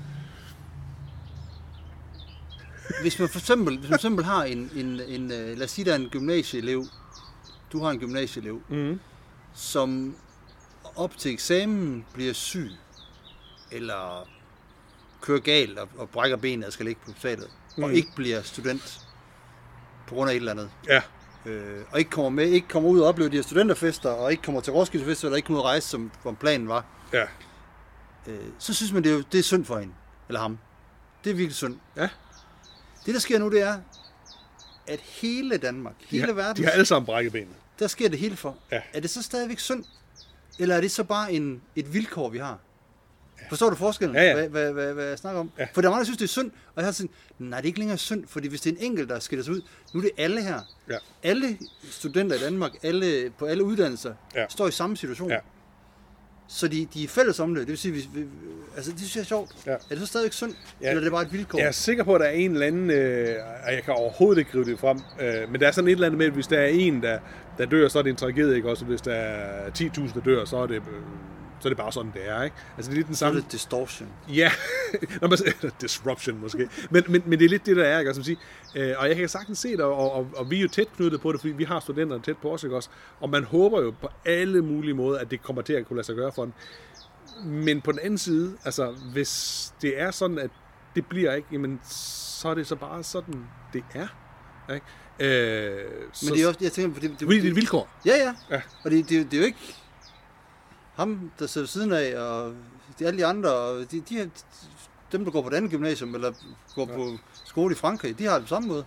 A: Hvis man for eksempel har en lad os sige, der er en gymnasieelev. Du har en gymnasieelev, som op til eksamen bliver syg, eller kører galt og brækker benet og skal ligge på hospitalet, og ikke bliver student på grund af et eller andet. Ja. Og ikke kommer ud og oplever de her studenterfester, og ikke kommer til Roskilde Festival, eller ikke kommer ud og rejse, som planen var. Ja. Så synes man, det er synd for hende, eller ham. Det er virkelig synd. Ja. Det, der sker nu, det er, at hele Danmark, hele verden...
B: De har alle sammen brækket benet.
A: Der sker det hele for. Ja. Er det så stadigvæk synd? Eller er det så bare et vilkår, vi har? Ja. Forstår du forskellen? Ja. Hvad jeg snakker om? Ja. For der er mange, der synes, det er synd, og jeg har sådan, nej, det er ikke længere synd, fordi hvis det er en enkelt, der skiller sig ud, nu er det alle her. Ja. Alle studenter i Danmark, på alle uddannelser, står i samme situation. Ja. Så de er fælles om det. Det vil sige, altså det synes jeg er sjovt. Ja. Er det så stadigvæk synd, eller er det bare et vilkår?
B: Jeg er sikker på, at der er en eller anden, og jeg kan overhovedet ikke gribe det frem, men der er sådan et eller andet med, at hvis der er en, der dør, så er det en tragedie, ikke? Også hvis der er 10.000, der dør, så er det bare sådan, det er, ikke? Altså det er lidt den samme...
A: Så er det distortion.
B: Ja, disruption måske. Men det er lidt det, der er, ikke? Altså, og jeg kan sagtens se det, og vi er jo tæt knyttet på det, fordi vi har studenterne tæt på os, ikke også? Og man håber jo på alle mulige måder, at det kommer til at kunne lade sig gøre for den. Men på den anden side, altså hvis det er sådan, at det bliver ikke, jamen, så er det så bare sådan, det er. Ikke?
A: Men det er også, jeg tænker,
B: det er et vilkår.
A: Ja. Og det er jo ikke ham, der sidder ved siden af, og alle de andre, og dem, der går på et andet gymnasium, eller går på skole i Frankrig, de har det på samme måde.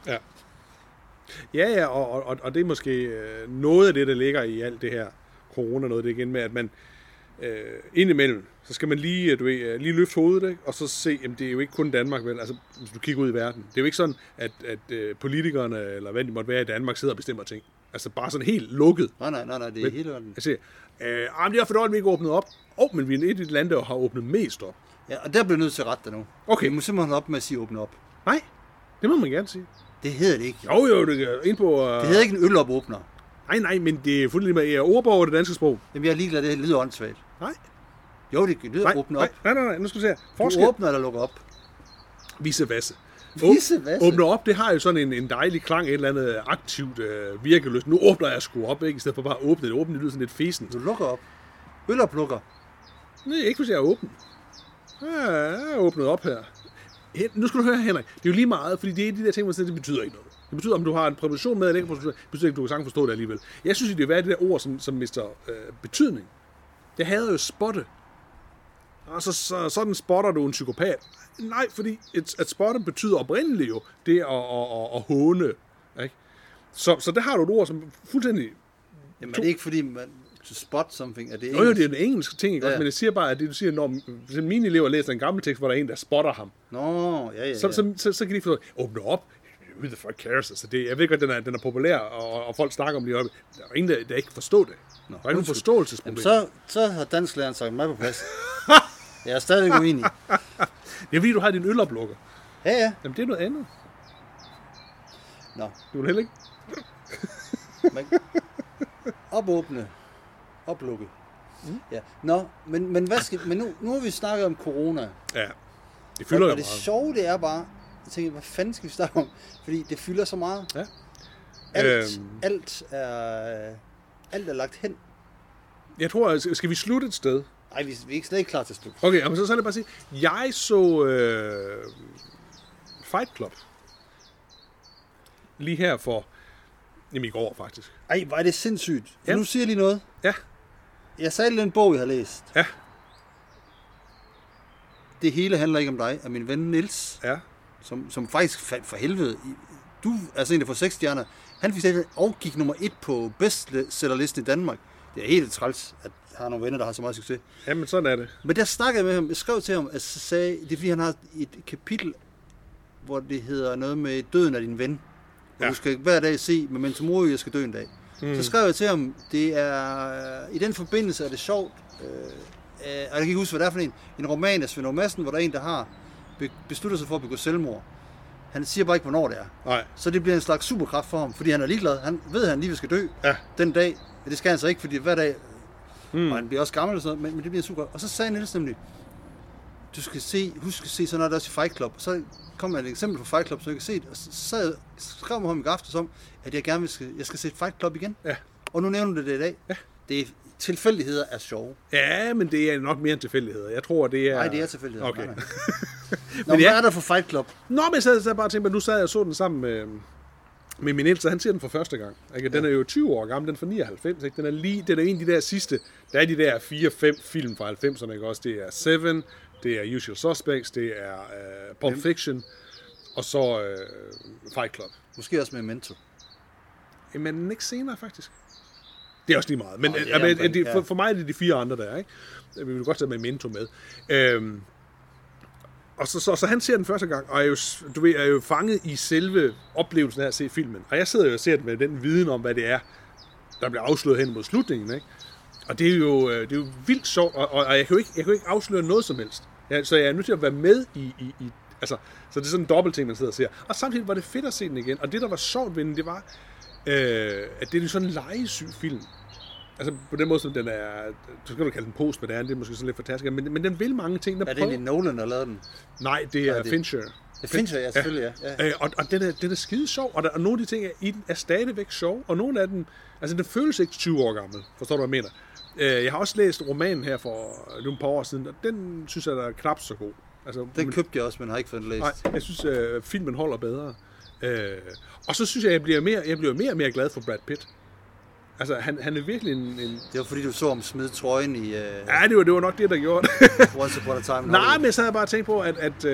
B: Ja, og det er måske noget af det, der ligger i alt det her corona, noget det igen med, at man indimellem, så skal man lige løfte hovedet, ikke? Og så se, at det er jo ikke kun Danmark, vel? Altså, hvis du kigger ud i verden. Det er jo ikke sådan, at politikerne, eller hvad de måtte være i Danmark, sidder og bestemmer ting. Altså bare sådan helt lukket.
A: Nej, det er hele verden.
B: Altså, det er for dårligt, vi ikke åbnet op. Men vi er et af de lande, der har åbnet mest op.
A: Ja, og der bliver nødt til at rette det nu.
B: Okay.
A: Vi må simpelthen op med at sige åbne op.
B: Nej, det må man gerne sige.
A: Det hedder det ikke.
B: Jo, det er ind på...
A: Det hedder ikke en ølopåbner.
B: Nej, men det er fuldstændig med ordbog over det danske sprog.
A: Jamen, jeg er ligeglad, det lyder åndssvagt.
B: Nej.
A: Jo, det lyder åbne op.
B: Nej, nu skal vi se.
A: Du åbner eller lukker op.
B: Vice versa.
A: Åbne
B: op, det har jo sådan en dejlig klang, et eller andet aktivt virkelyst. Nu åbner jeg sgu op, ikke? I stedet for bare at åbne det. Åbne det lyder sådan lidt fesen.
A: Du lukker op. Øloplukker.
B: Nej, ikke hvis jeg er åben. Jeg er åbnet op her. Nu skal du høre, Henrik. Det er jo lige meget, fordi det er de der ting, det betyder ikke noget. Det betyder, om du har en præposition med eller ikke præposition. Det betyder ikke, du kan sagtens forstå det alligevel. Jeg synes, det er værd det der ord, som mister betydning. Jeg hader jo spotte. Altså, sådan spotter du en psykopat. Nej, fordi at spotte betyder oprindeligt jo det at håne. Ikke? Så der har du et ord, som fuldstændig...
A: Jamen, det er ikke fordi, man... To spot something, er det
B: engelsk? Jo, det er en engelsk ting, ikke? Ja. Men jeg siger bare, at det du siger, når mine elever læser en gammel tekst, hvor der er en, der spotter ham.
A: Ja.
B: Så kan de få åbne op. Who the fuck cares? Altså, jeg ved godt, den er populær, og folk snakker om det oppe. Der er ingen, der ikke forstår det. Der er ikke nogen forståelsesproblem.
A: Jamen, så har dansklæreren sagt mig på plads. Jeg er stadig uenig.
B: Det er fordi, du har din øloplukker.
A: Ja.
B: Jamen, det er noget andet.
A: Nå.
B: Du vil heller ikke?
A: Opåbne. Oplukke. Ja. Nå, men hvad skal... Men nu har vi snakket om corona.
B: Ja. Det fylder jo meget.
A: Det sjove, det er bare... Jeg tænker, hvad fanden skal vi snakke om? Fordi det fylder så meget.
B: Ja.
A: Alt er lagt hen.
B: Jeg tror, skal vi slutte et sted?
A: Nej, vi er ikke slet ikke klar til at slutte.
B: Okay, men så vil jeg bare sige, jeg så Fight Club. Lige her for... Jamen i går, faktisk.
A: Ej, hvor er det sindssygt.
B: Ja.
A: Nu siger jeg lige noget.
B: Ja.
A: Jeg sagde den bog, jeg har læst.
B: Ja.
A: Det hele handler ikke om dig, af min ven Niels.
B: Ja.
A: Som faktisk for helvede... Du er altså en, der får 6 stjerner. Han fik det og gik nummer 1 på bestsellerlisten i Danmark. Det er helt træls, at jeg har nogle venner, der har så meget succes.
B: Jamen, sådan er det.
A: Men der snakkede jeg med ham. Jeg skrev til ham, at sagde, det er fordi, han har et kapitel, hvor det hedder noget med døden af din ven. Ja. Du skal hver dag se, Memento Mori, jeg skal dø en dag. Så skrev jeg til ham, det er i den forbindelse er det sjovt, og jeg kan ikke huske, hvad det er for en roman af Svend Aage Madsen, hvor der er en, der har besluttet sig for at begå selvmord. Han siger bare ikke, hvornår det er.
B: Nej.
A: Så det bliver en slags superkraft for ham, fordi han er ligeglad. Han ved, at han lige skal dø den dag. Men det skal han så ikke, fordi hver dag, og han bliver også gammel og sådan noget, men det bliver super. Og så sagde Niels nemlig, du skal husk at se sådan noget også i Fight Club. Så kom jeg et eksempel på Fight Club, så jeg kan se det. Og så skrev jeg ham i aftes om, at jeg gerne skal se Fight Club igen.
B: Ja.
A: Og nu nævner du det i dag. Ja. Det er tilfældigheder er sjove.
B: Ja, men det er nok mere end tilfældigheder. Jeg tror, det er...
A: Nej, det er tilfældigheder.
B: Okay.
A: Nå, men hvad er der for Fight Club?
B: Nå, men jeg sad bare og tænkte, at nu sad jeg og så den sammen med min ældste. Han ser den for første gang. Ikke? Den er jo 20 år gammel, den er fra 99. Ikke? Den er en af de der sidste... Der er de der 4-5 film fra 90'erne, ikke også? Det er Seven, det er Usual Suspects, det er Pulp Fiction, og så Fight Club.
A: Måske også med Memento.
B: Men ikke senere, faktisk. Det er også lige meget. Men for mig er det de 4 andre der, ikke? Vi vil godt tage Memento med. Og så han ser den første gang, og er jo fanget i selve oplevelsen af at se filmen. Og jeg sidder jo og ser den med den viden om, hvad det er, der bliver afsløret hen mod slutningen, ikke? Og det er jo vildt sjovt, og jeg kan jo ikke afsløre noget som helst. Så jeg er nødt til at være med i altså, så det er sådan en dobbelt ting, man sidder og ser. Og samtidig var det fedt at se den igen. Og det, der var sjovt ved den, det var, at det er sådan en legesyg film. Altså på den måde, som den er, så skal du kalde den postmoderne, det er måske sådan lidt fantastisk, men den vil mange ting.
A: Er det egentlig Nolan, der lavede den?
B: Nej, det er Fincher.
A: Det er Fincher, ja, selvfølgelig, ja.
B: Og den er skide sjov, og nogle af de ting i den er stadigvæk sjov, og nogle af dem, altså den føles ikke 20 år gammel, forstår du, hvad jeg mener? Jeg har også læst romanen her for nogle par år siden, og den synes jeg, der er knap så god. Altså,
A: Den købte jeg også, men har ikke fået den læst.
B: Nej, jeg synes, filmen holder bedre. Og så synes jeg bliver mere og mere glad for Brad Pitt. Altså, han er virkelig en...
A: Det var fordi, du så ham smide trøjen i...
B: Ja, det var nok det, der gjorde det.
A: Once Upon a Time.
B: Nej, men så havde jeg bare tænkt på, at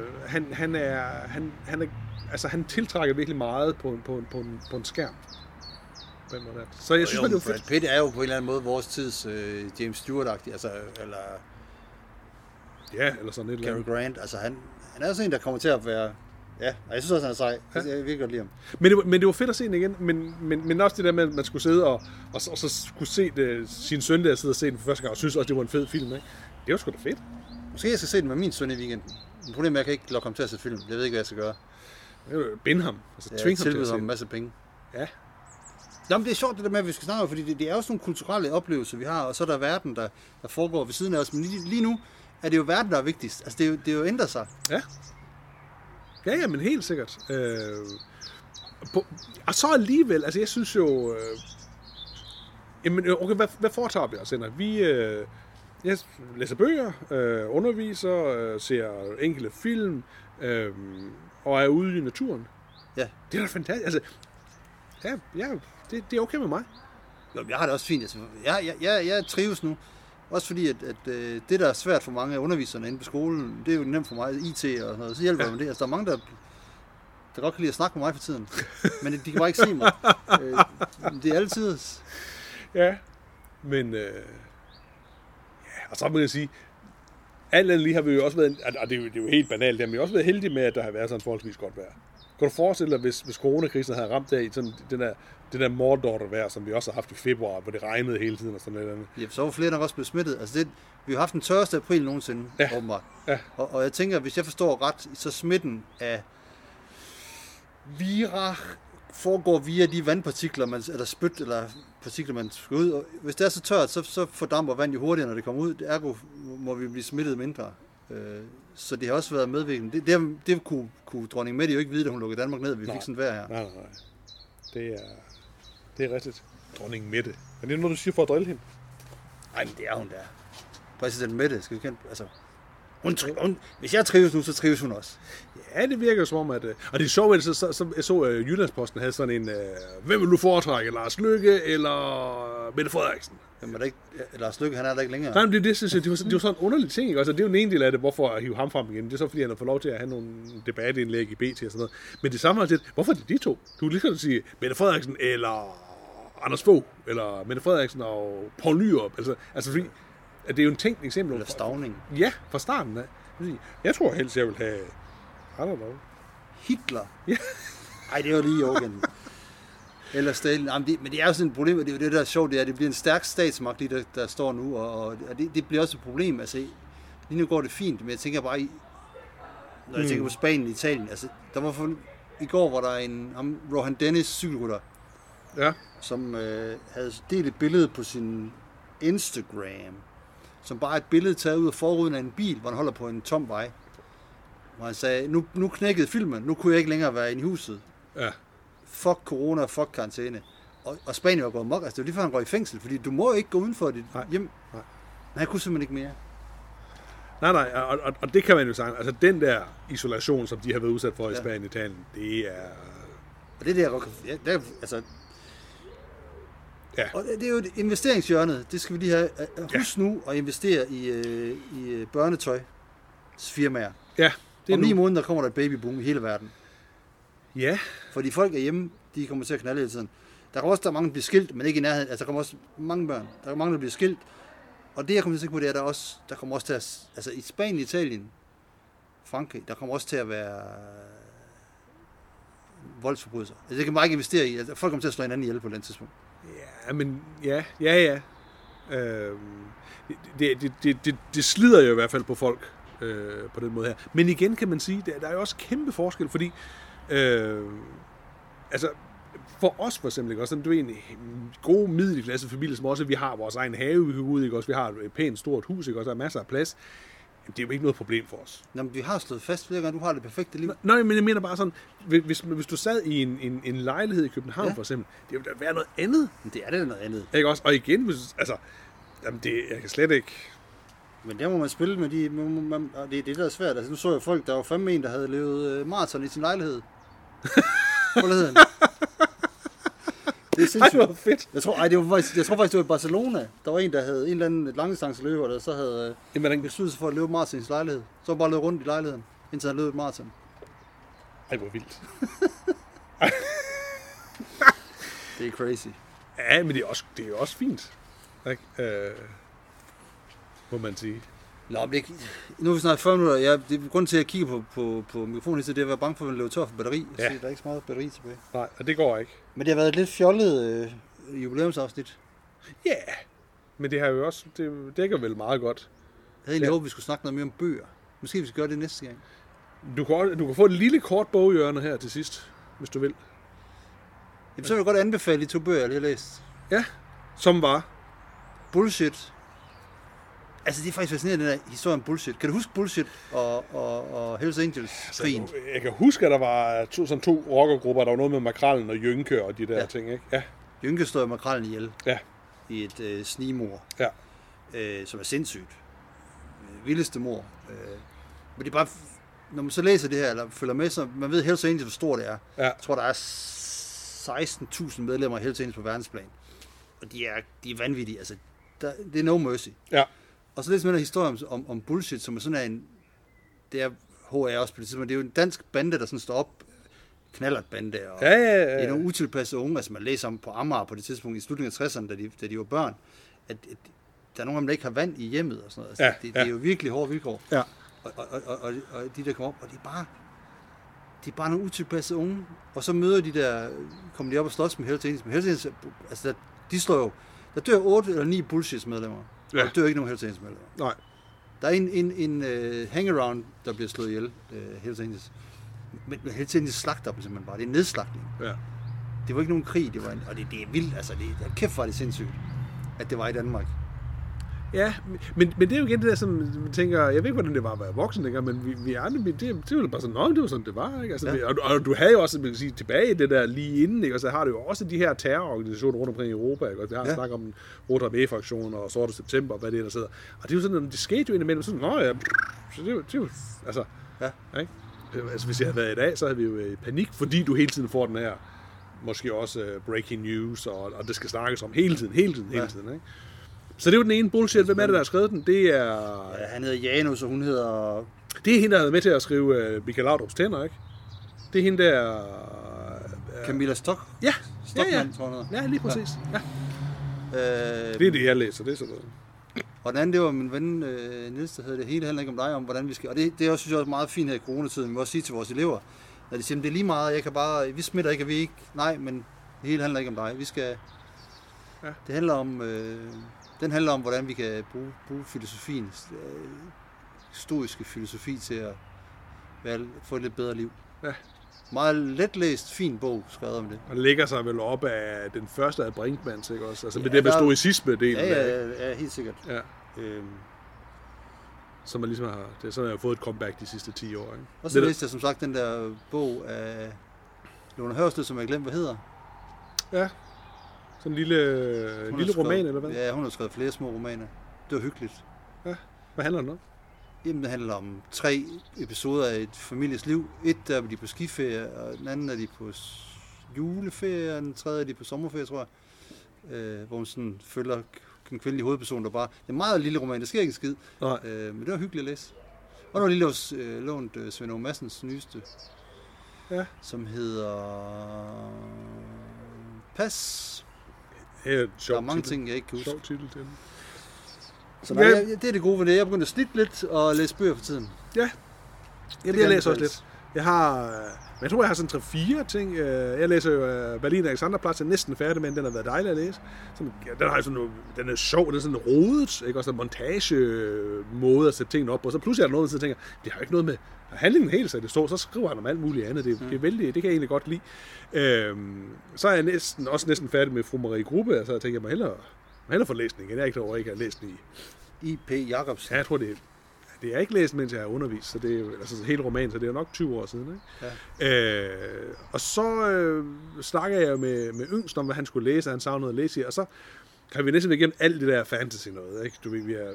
B: han tiltrækker virkelig meget på en skærm. Så jeg synes, det var fedt.
A: Brad Pitt er jo på en eller anden måde vores tids James Stewart-agtig, altså, eller...
B: Ja, eller sådan et eller
A: andet. Cary Grant, altså han er også en, der kommer til at være... Ja, og jeg synes også, han er sej. Ja. Jeg virkelig godt lide ham.
B: Men det var fedt at se den igen, men også det der med, at man skulle sidde og så skulle se sin søn der sidde og se den for første gang, og synes også, det var en fed film, ikke? Det var sgu da fedt.
A: Måske jeg skal se den med min søn i weekenden. Men problemet er, at jeg kan ikke lokke ham til at se film. Jeg ved ikke, hvad jeg skal gøre.
B: Binde ham. Altså tvinge ham til at se
A: ham en masse penge.
B: Ja.
A: Nå, men det er sjovt det der med, at vi skal snakke om, fordi det er også nogle kulturelle oplevelser, vi har, og så er der verden, der foregår ved siden af os. Men lige nu er det jo verden, der er vigtigst. Altså, det er jo ændret sig.
B: Ja. Ja, men helt sikkert. Og så alligevel, altså jeg synes jo... Jamen, okay, hvad foretager vi os? Jeg læser bøger, underviser, ser enkelte film, og er ude i naturen.
A: Ja.
B: Det er da fantastisk. Altså, ja, det er okay med mig.
A: Jo, jeg har det også fint. Altså, jeg trives nu. Også fordi, at det, der er svært for mange af underviserne inde på skolen, det er jo nemt for mig, IT og sådan noget, så hjælper jeg med det. Altså, der er mange, der godt kan lide at snakke med mig for tiden, men de kan bare ikke se mig. Det er altid...
B: Ja, men... og så må jeg sige, alt andet lige har vi jo også været, og det er jo helt banalt, men vi har også været heldige med, at der har været sådan forholdsvis godt vejr. Kan du forestille dig, hvis coronakrisen havde ramt der i sådan det der Mordor-vejr, som vi også har haft i februar, hvor det regnede hele tiden og sådan noget.
A: Ja, så var flere nok også blevet smittet. Altså vi har haft den tørreste april nogensinde, åbenbart.
B: Ja.
A: Og jeg tænker, hvis jeg forstår ret, så smitten af vira foregår via de vandpartikler, eller spyt, eller partikler, man skal ud. Og hvis det er så tørt, så fordamper vand jo hurtigere, når det kommer ud. Ergo må vi blive smittet mindre. Så det har også været medvirkende. Det kunne dronning Mette jo ikke vide, da hun lukkede Danmark ned, vi fik sådan vejr her.
B: Nej. Det er rigtigt. Dronning Mette. Men det er noget, du siger for at drille hende?
A: Nej, men det er hun der. Præsident Mette, skal vi kende. Altså, hvis jeg trives nu, så trives hun også.
B: Ja, det virker jo som om, at... Og det er sjovt, at jeg så Jyllandsposten havde sådan en... Hvem vil du foretrække? Lars Løkke eller Mette Frederiksen?
A: Jamen, er det ikke, Lars Løkke, han er der ikke længere.
B: Nej, men det var sådan en underlig ting, ikke? Altså, det er jo den ene del af det, hvorfor at hive ham frem igen. Det er så, fordi han har fået lov til at have nogle debatindlæg i BT og sådan noget. Men det samme er lidt, hvorfor er det de to? Du kan lige så sige Mette Frederiksen eller Anders Fogh, eller Mette Frederiksen og Poul Nyrup. Altså fordi, at det er jo en tænkt eksempel.
A: Eller Stauning.
B: Ja, fra starten af. Jeg tror helst, jeg vil have...
A: Hitler?
B: Ja.
A: Ej, det er jo lige i organen. Eller Stalin. Men det er jo sådan et problem, og det er jo det, der er sjovt, det er, at det bliver en stærk statsmagt, lige der står nu, og det bliver også et problem. Altså, lige nu går det fint, men jeg tænker bare når jeg tænker på Spanien og Italien, altså, der var i går, hvor der er en Rohan Dennis cykelrytter, som havde delt et billede på sin Instagram, som bare er et billede taget ud af forruden af en bil, hvor han holder på en tom vej. Hvor han sagde, nu knækkede filmen, nu kunne jeg ikke længere være inde i huset.
B: Ja.
A: Fuck corona, fuck karantæne. Og Spanien var gået mok, altså det var lige før han går i fængsel, fordi du må ikke gå uden for dit hjem. Nej. Han kunne simpelthen ikke mere.
B: Nej, og det kan man jo sige. Altså den der isolation, som de har været udsat for i Spanien og Italien, det er...
A: Og det der, altså... Ja. Og det er jo et investeringshjørnet. Det skal vi lige have. Husk nu at investere i børnetøjsfirmaer.
B: Ja.
A: Om 9 måneder kommer der et babyboom i hele verden.
B: Ja.
A: Fordi folk er hjemme, de kommer til at knalde hele tiden. Der er også mange, der bliver skilt, men ikke i nærheden. Altså, der kommer også mange børn. Der er mange, der bliver skilt. Og det, jeg kommer til at tænke på, det er, der kommer også til at... Altså, i Spanien, Italien, Frankrig, der kommer også til at være voldsforbrydelser. Altså, det kan man ikke investere i. Altså, folk kommer til at slå hinanden ihjel på et tidspunkt.
B: Ja, men... Ja. Det slider jo i hvert fald på folk på den måde her. Men igen kan man sige, der er jo også kæmpe forskel, fordi... altså... For os for eksempel, også, du er en god middelklassefamilie, som også vi har vores egen have, vi kan gå ud, ikke? Også, vi har et pænt stort hus, ikke? Også, der er masser af plads. Det er jo ikke noget problem for os.
A: Nå, men vi har slået fast flere gange, du har det perfekte liv.
B: Nej, men jeg mener bare sådan, hvis du sad i en lejlighed i København for eksempel, det ville da være noget andet.
A: Men det er det noget andet.
B: Ikke også? Og igen, altså, jamen jeg kan slet ikke...
A: Men der må man spille med de... Det er det, der er svært. Altså, nu så jeg folk, der var fandme en, der havde levet maraton i sin lejlighed. Hvad hed han? Det er sindssygt.
B: Det var fedt.
A: Jeg tror faktisk, det var i Barcelona. Der var en, der havde en eller anden langdistanceløber, der så havde besluttet sig for at løbe maraton i sin lejlighed. Så var bare løbet rundt i lejligheden, indtil han løb et maraton.
B: Ej, hvor vildt.
A: Det er crazy.
B: Ja, men det er jo også fint. Ikke? Må man sige.
A: Nå, men nu er vi snart 40 minutter. Grunden til, at jeg kigger på mikrofonen, det er at være bange for, at man løber tør for batteri. Ja. Der er ikke så meget batteri tilbage.
B: Nej, og det går ikke.
A: Men det har været et lidt fjollet jubilæumsafsnit.
B: Ja, yeah. Men det har jo også, det dækker vel meget godt.
A: Jeg havde egentlig håbet, vi skulle snakke noget mere om bøger. Måske vi skal gøre det næste gang.
B: Du kan få et lille kort boghjørne her til sidst, hvis du vil.
A: Jamen, så vil jeg godt anbefale de 2 bøger, jeg lige har læst.
B: Ja, som var?
A: Bullshit. Altså, det er faktisk fascinerende, den der historie om Bullshit. Kan du huske Bullshit og Hells Angels-krigen?
B: Jeg kan huske, at der var 2 rockergrupper. Der var noget med Makrallen og Jynke og de der ting, ikke? Ja.
A: Jynke slår Makrallen ihjel.
B: Ja.
A: I et snigmord.
B: Ja.
A: Som er sindssygt. Vildeste mord. Men det er bare... Når man så læser det her, eller følger med, så man ved Hells Angels, hvor stor det er. Ja. Jeg tror, der er 16.000 medlemmer af Hells Angels på verdensplan. Og de er vanvittige. Altså, det er no mercy. Ja. Og så læser man en historie om Bullshit, som er sådan en... Det er HR også på det tidspunkt. Det er jo en dansk bande, der sådan står op, knallertbande, og det er nogle utilpassede unge. Altså man læser om på Amager på det tidspunkt i slutningen af 60'erne, da de var børn, at der er nogle af dem, der ikke har vand i hjemmet og sådan noget. Altså, det er jo virkelig hårde vilkår. Ja. Og de der kommer op, og de er bare nogle utilpassede unge. Og så møder kommer de op og slås med Hells Angels. Men Hells Angels, altså de slår jo... Der dør 8 eller 9 Bullshits-medlemmer. Ja. Der dør ikke nogen Hells Angels-medlemmer. Nej. Der er en hangaround, der bliver slået ihjel, Hells Angels. Men Hells Angels slagter dem simpelthen bare. Det er en nedslagtning. Ja. Det var ikke nogen krig, og det er vildt. Altså, kæft var det sindssygt, at det var i Danmark.
B: Ja, men det er jo igen det der, som man tænker, jeg ved ikke, hvordan det var at være voksen dengang, men vi andre, det var bare sådan, det var sådan, det var, ikke? Altså, ja. Og du havde jo også, man kan sige, tilbage i det der lige inden, ikke? Og så har du jo også de her terrororganisationer rundt omkring i Europa, ikke? Og det har snakket om Røde Armé-fraktioner og Sorte September, og hvad det er, der sidder. Og det er jo sådan, det skete jo indimellem, sådan, så det er jo, altså, ikke? Altså, hvis jeg havde været i dag, så havde vi jo i panik, fordi du hele tiden får den her, måske også breaking news, og det skal snakkes om hele tiden, ikke? Så det er jo den ene Bullshit. Hvem er det, der har skrevet den? Det er...
A: Ja, han hedder Janus, og hun hedder...
B: Det er hende, der havde med til at skrive Michael Laudrup's Tænder, ikke? Det er hende, der...
A: Camilla
B: Ja.
A: Stockmann, tror jeg noget.
B: Ja, lige præcis. Ja. Det er det, jeg læser. Det er sådan noget.
A: Og den anden, det var min ven Niels, der hedder det hele handler ikke om dig, om hvordan vi skal... Og det er også, synes jeg, også meget fint her i coronatiden. Vi må også sige til vores elever, at de siger, det er lige meget, jeg kan bare... Vi smitter ikke, og vi ikke... Nej, men det hele handler ikke om dig. Vi skal... Ja. Det handler om... Den handler om, hvordan vi kan bruge filosofien, stoiske filosofi til at få et lidt bedre liv. Ja. Meget letlæst, fin bog skrevet om det.
B: Og lægger sig vel op af den første af Brinkmanns, ikke også? Altså med det med stoicisme-delen.
A: Ja, helt sikkert. Ja.
B: Som man ligesom har... Det er sådan, at jeg har fået et comeback de sidste 10 år, ikke?
A: Og så læste jeg som sagt den der bog af Lone Hørsted, som jeg glemte, hvad hedder.
B: Ja. Sådan en lille roman, eller hvad?
A: Ja, hun har skrevet flere små romaner. Det var hyggeligt.
B: Ja. Hvad handler den om?
A: Jamen, det handler om 3 episoder af et families liv. Et der er de på skiferie, og den anden er de på juleferie, og den tredje er de på sommerferie, tror jeg. Hvor hun sådan følger den kvindelige hovedperson, der bare... Det er en meget lille roman, det sker ikke en skid. Men det var hyggeligt at læse. Og nu har lige lånt Svend Aage Madsens nyeste, som hedder... Pas. Der er mange ting, jeg ikke kan huske.
B: Sjov titel til den.
A: Så nej, det er det gode ved det. Jeg er begyndt at slitte lidt og læse bøger for tiden.
B: Ja, jeg læser også lidt. Jeg tror, jeg har sådan 3-4 ting. Jeg læser jo Berlin Alexanderplatz, jeg er næsten færdig med den. Den har været dejlig at læse. Den er sjov, den er sådan rodet, ikke? Også en montage-måde at sætte tingene op på. Så pludselig er der noget, der tænker, det har ikke noget med handlingen helt, så det står, så skriver han om alt muligt andet. Det er vældig, det kan jeg egentlig godt lide. Så er jeg næsten færdig med Fru Marie Grubbe, og så tænker jeg mig hellere få læst den igen. Jeg er ikke over, ikke har læst den i.
A: I.P. Jacobsen.
B: Ja, jeg tror det er ikke læst, mens jeg har undervist, så det er altså hele romanen, så det er nok 20 år siden. Ikke? Ja. Og så snakker jeg med Yngst om, hvad han skulle læse, og han savnede at læse i, og så kan vi næsten igennem alt det der fantasy noget. Ikke? Du ved, vi er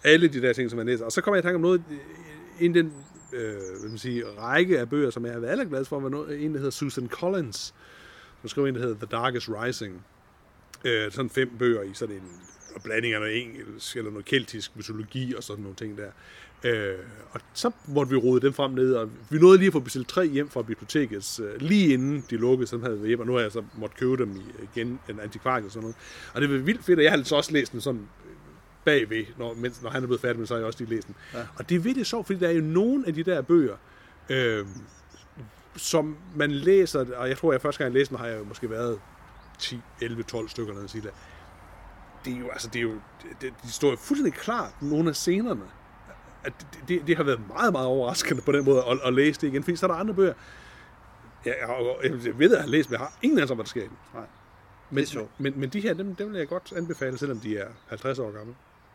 B: alle de der ting, som man læser. Og så kommer jeg i tanke om noget, en den række af bøger, som jeg har været allerglad for, var en, der hedder Susan Collins. Hun skrev en, der hedder The Darkest Rising. Sådan 5 bøger i sådan en blanding af noget engelsk eller noget keltisk mytologi og sådan nogle ting der. Og så måtte vi rode dem frem ned, og vi nåede lige at få bestilt 3 hjem fra biblioteket, lige inden de lukkede, så havde vi hjem, og nu har jeg så måtte købe dem igen, en antikvarie og sådan noget. Og det var vildt fedt, og jeg havde så også læst den sådan bagved, når han er blevet færdig med, så har jeg også lige læst den. Ja. Og det er virkelig sjovt, fordi der er jo nogle af de der bøger, som man læser, og jeg tror, jeg første gang jeg læste den, har jeg jo måske været 10, 11, 12 stykker, når jeg siger det. De står jo fuldstændig klart, nogle af scenerne. At det har været meget, meget overraskende på den måde at læse det igen, fordi så er der andre bøger. Jeg ved, at jeg har læst, men jeg har ingen anelse om, hvad der sker i den.
A: Nej.
B: Men de her, dem vil jeg godt anbefale, selvom de er 50 år gamle.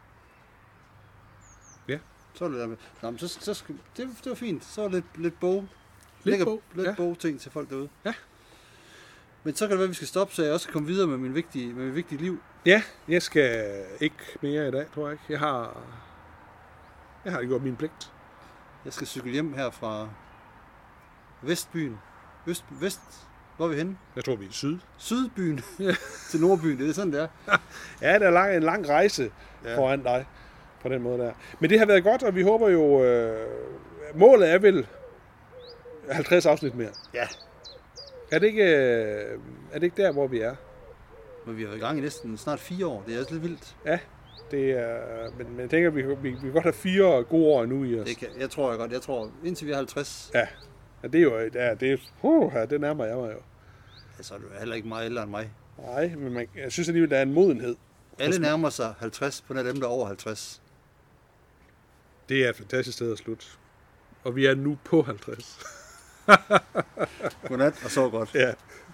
B: Ja.
A: Så er det der med. Nå, men det var fint. Så er lidt bog. Lidt bogting til folk derude.
B: Ja.
A: Men så kan det være, at vi skal stoppe, så jeg også kan komme videre med min vigtige liv.
B: Ja, jeg skal ikke mere i dag, tror jeg ikke. Jeg har gjort min pligt.
A: Jeg skal cykle hjem her fra Vestbyen. Vest. Hvor er vi henne?
B: Jeg tror, vi er i syd.
A: Sydbyen til Nordbyen. Det er sådan, det er.
B: Ja, der er en lang rejse foran dig på den måde der. Men det har været godt, og vi håber jo... målet er vel 50 afsnit mere.
A: Ja.
B: Er det ikke der, hvor vi er?
A: Men vi har været i gang i næsten snart 4 år. Det er også lidt vildt.
B: Ja, det er... Men jeg tænker, vi kan godt have 4 gode år endnu i os.
A: Jeg tror, indtil vi er 50.
B: Ja, det er jo... det nærmer jeg mig jo.
A: Altså, du er heller ikke meget ældre end mig.
B: Nej, men jeg synes alligevel, der er en modenhed.
A: Alle nærmer sig 50, på dem, der er over 50.
B: Det er et fantastisk sted at slutte. Og vi er nu på 50.
A: Godnat, og så godt.
B: Ja.